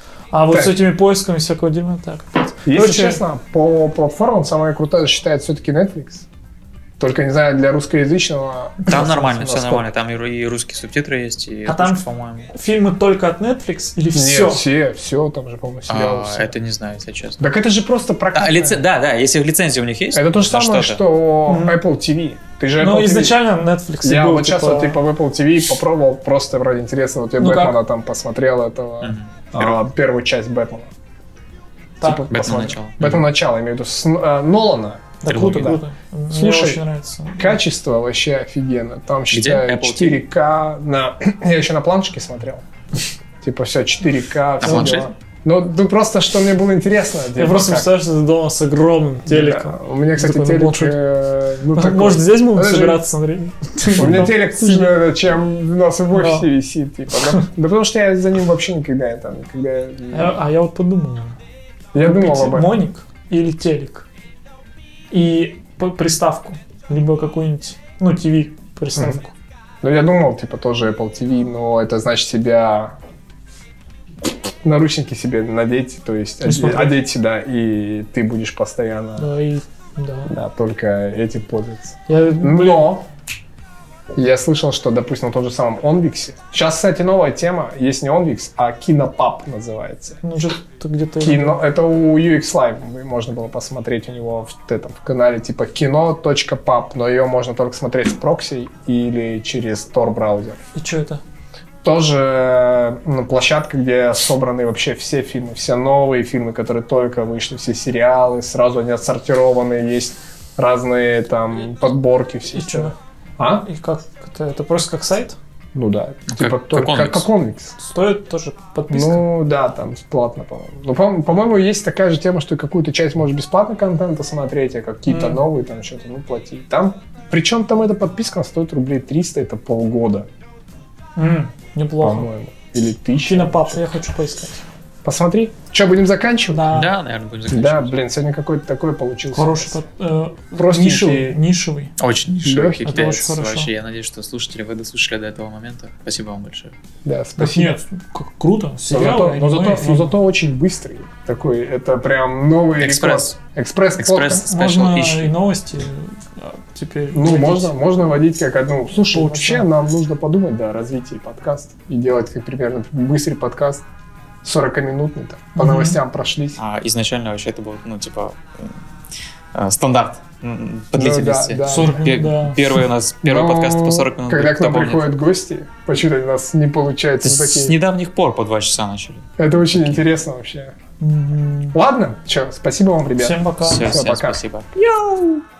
А вот Так. с этими поисками всякого дерьма, так. Если Короче, честно, по платформам самая крутая считает все-таки Netflix. Только, не знаю, для русскоязычного... Там нормально, все насколько. нормально. Там и и русские субтитры есть, и А там- русский, по-моему. фильмы только от Netflix или Нет, все? все, все, там же, по-моему, сериалы. А, все. это не знаю, если честно. Так это же просто прокат. А, лице... Да, да, если лицензия у них есть. Это то же на самое, что-то. что Мгм. Apple ти ви. Ты же Apple Ну, ти ви. изначально Netflix и Я был, вот сейчас типа, вот типа в Apple ти ви попробовал просто ради интереса. Вот я Ну Бэтмена как? там посмотрел этого, Мгм. а, первую часть Бэтмена. Так. Типа, Бэтмен посмотрел. начало. Бэтмен начало, имею в виду, с э, Нолана. Да, Трилогия. круто, круто. Мне Слушай, очень нравится. Качество вообще офигенно. Там, Где? считай, Apple четыре ка на... Я еще на планшетке смотрел. Типа все, четыре ка, все планшете? дела. Ну, ну, просто, что мне было интересно. Я типа, просто как- представляю, что ты дома с огромным телеком. Да. У меня, кстати, Такой на телек... планшете. э, ну, такой. Может, здесь будем Подожди. собираться смотреть? У меня телек хуже, чем у нас в офисе Да. висит. Типа. Да, да потому что я за ним вообще никогда там... Никогда... А, а я вот подумал. Я думал купить об этом. моник или телек. И п- приставку. Либо какую-нибудь, ну, ТВ приставку. Ну, я думал, типа, тоже Apple ти ви, но это значит себя... Наручники себе надеть, то есть И оде- смотреть. одеть сюда, и ты будешь постоянно, Да, и... Да. да, только этим пользоваться. Я, Но я слышал, что, допустим, в том же самом Onvix. Сейчас, кстати, новая тема. Есть не Onvix, а Кинопаб называется. ну, что-то где-то... Кино, это у ю экс Live можно было посмотреть у него в, этом, в канале типа кино.паб, но ее можно только смотреть с прокси или через Tor браузер. И что это? Тоже ну, площадка, где собраны вообще все фильмы, все новые фильмы, которые только вышли, все сериалы, сразу они отсортированы, есть разные там подборки все. И что? А? И как это? Это просто как сайт? Ну да, Ну, типа как- только- как как, Onvix. как Onvix. Стоит тоже подписка? Ну да, там бесплатно, по-моему. Ну, по- по-моему, есть такая же тема, что какую-то часть можешь бесплатно контента смотреть, а какие-то Мгм. новые там что-то, ну, платить. Там, причем там эта подписка стоит рублей триста, это полгода, М, неплохо. по-моему. Или тысяча. Кинопаб, я хочу поискать. Посмотри. Что, будем заканчивать? Да. Да, наверное, будем Да, заканчивать. блин, сегодня какой-то такой получился. Хороший, под- э, Простенький. нишевый, нишевый. Очень нишевый Лёгкий. Это хит-пец. очень хорошо. Вообще, я надеюсь, что слушатели вы дослушали до этого момента. Спасибо вам большое. Да, Так спасибо. нет, как круто. Но Сериалы, зато, но, аниме, зато, но фильмы. зато очень быстрый такой. Это прям новый Экспресс. рекорд. Экспресс. Экспресс podcast. Special Можно Issue. и новости а, теперь. Ну, вводить. можно, можно водить как одну. Слушай, Полчаса. вообще нам нужно подумать, да, о развитии подкаста. И делать как примерно быстрый подкаст. сорокаминутный там. По Мгм. новостям прошлись. А изначально вообще это был, ну, типа, э, э, стандарт м, по длительности. Ну да, да. сорок Пе- минут, да. Первый у нас, первый Но подкаст по сорок минут. Когда будет, к нам кто помнит. приходят гости, почему-то у нас не получается С такие. недавних пор по два часа начали. Это очень интересно вообще. Мгм. Ладно, что, спасибо вам, ребят. Всем пока. Все, Всё, всем пока. спасибо. Йоу!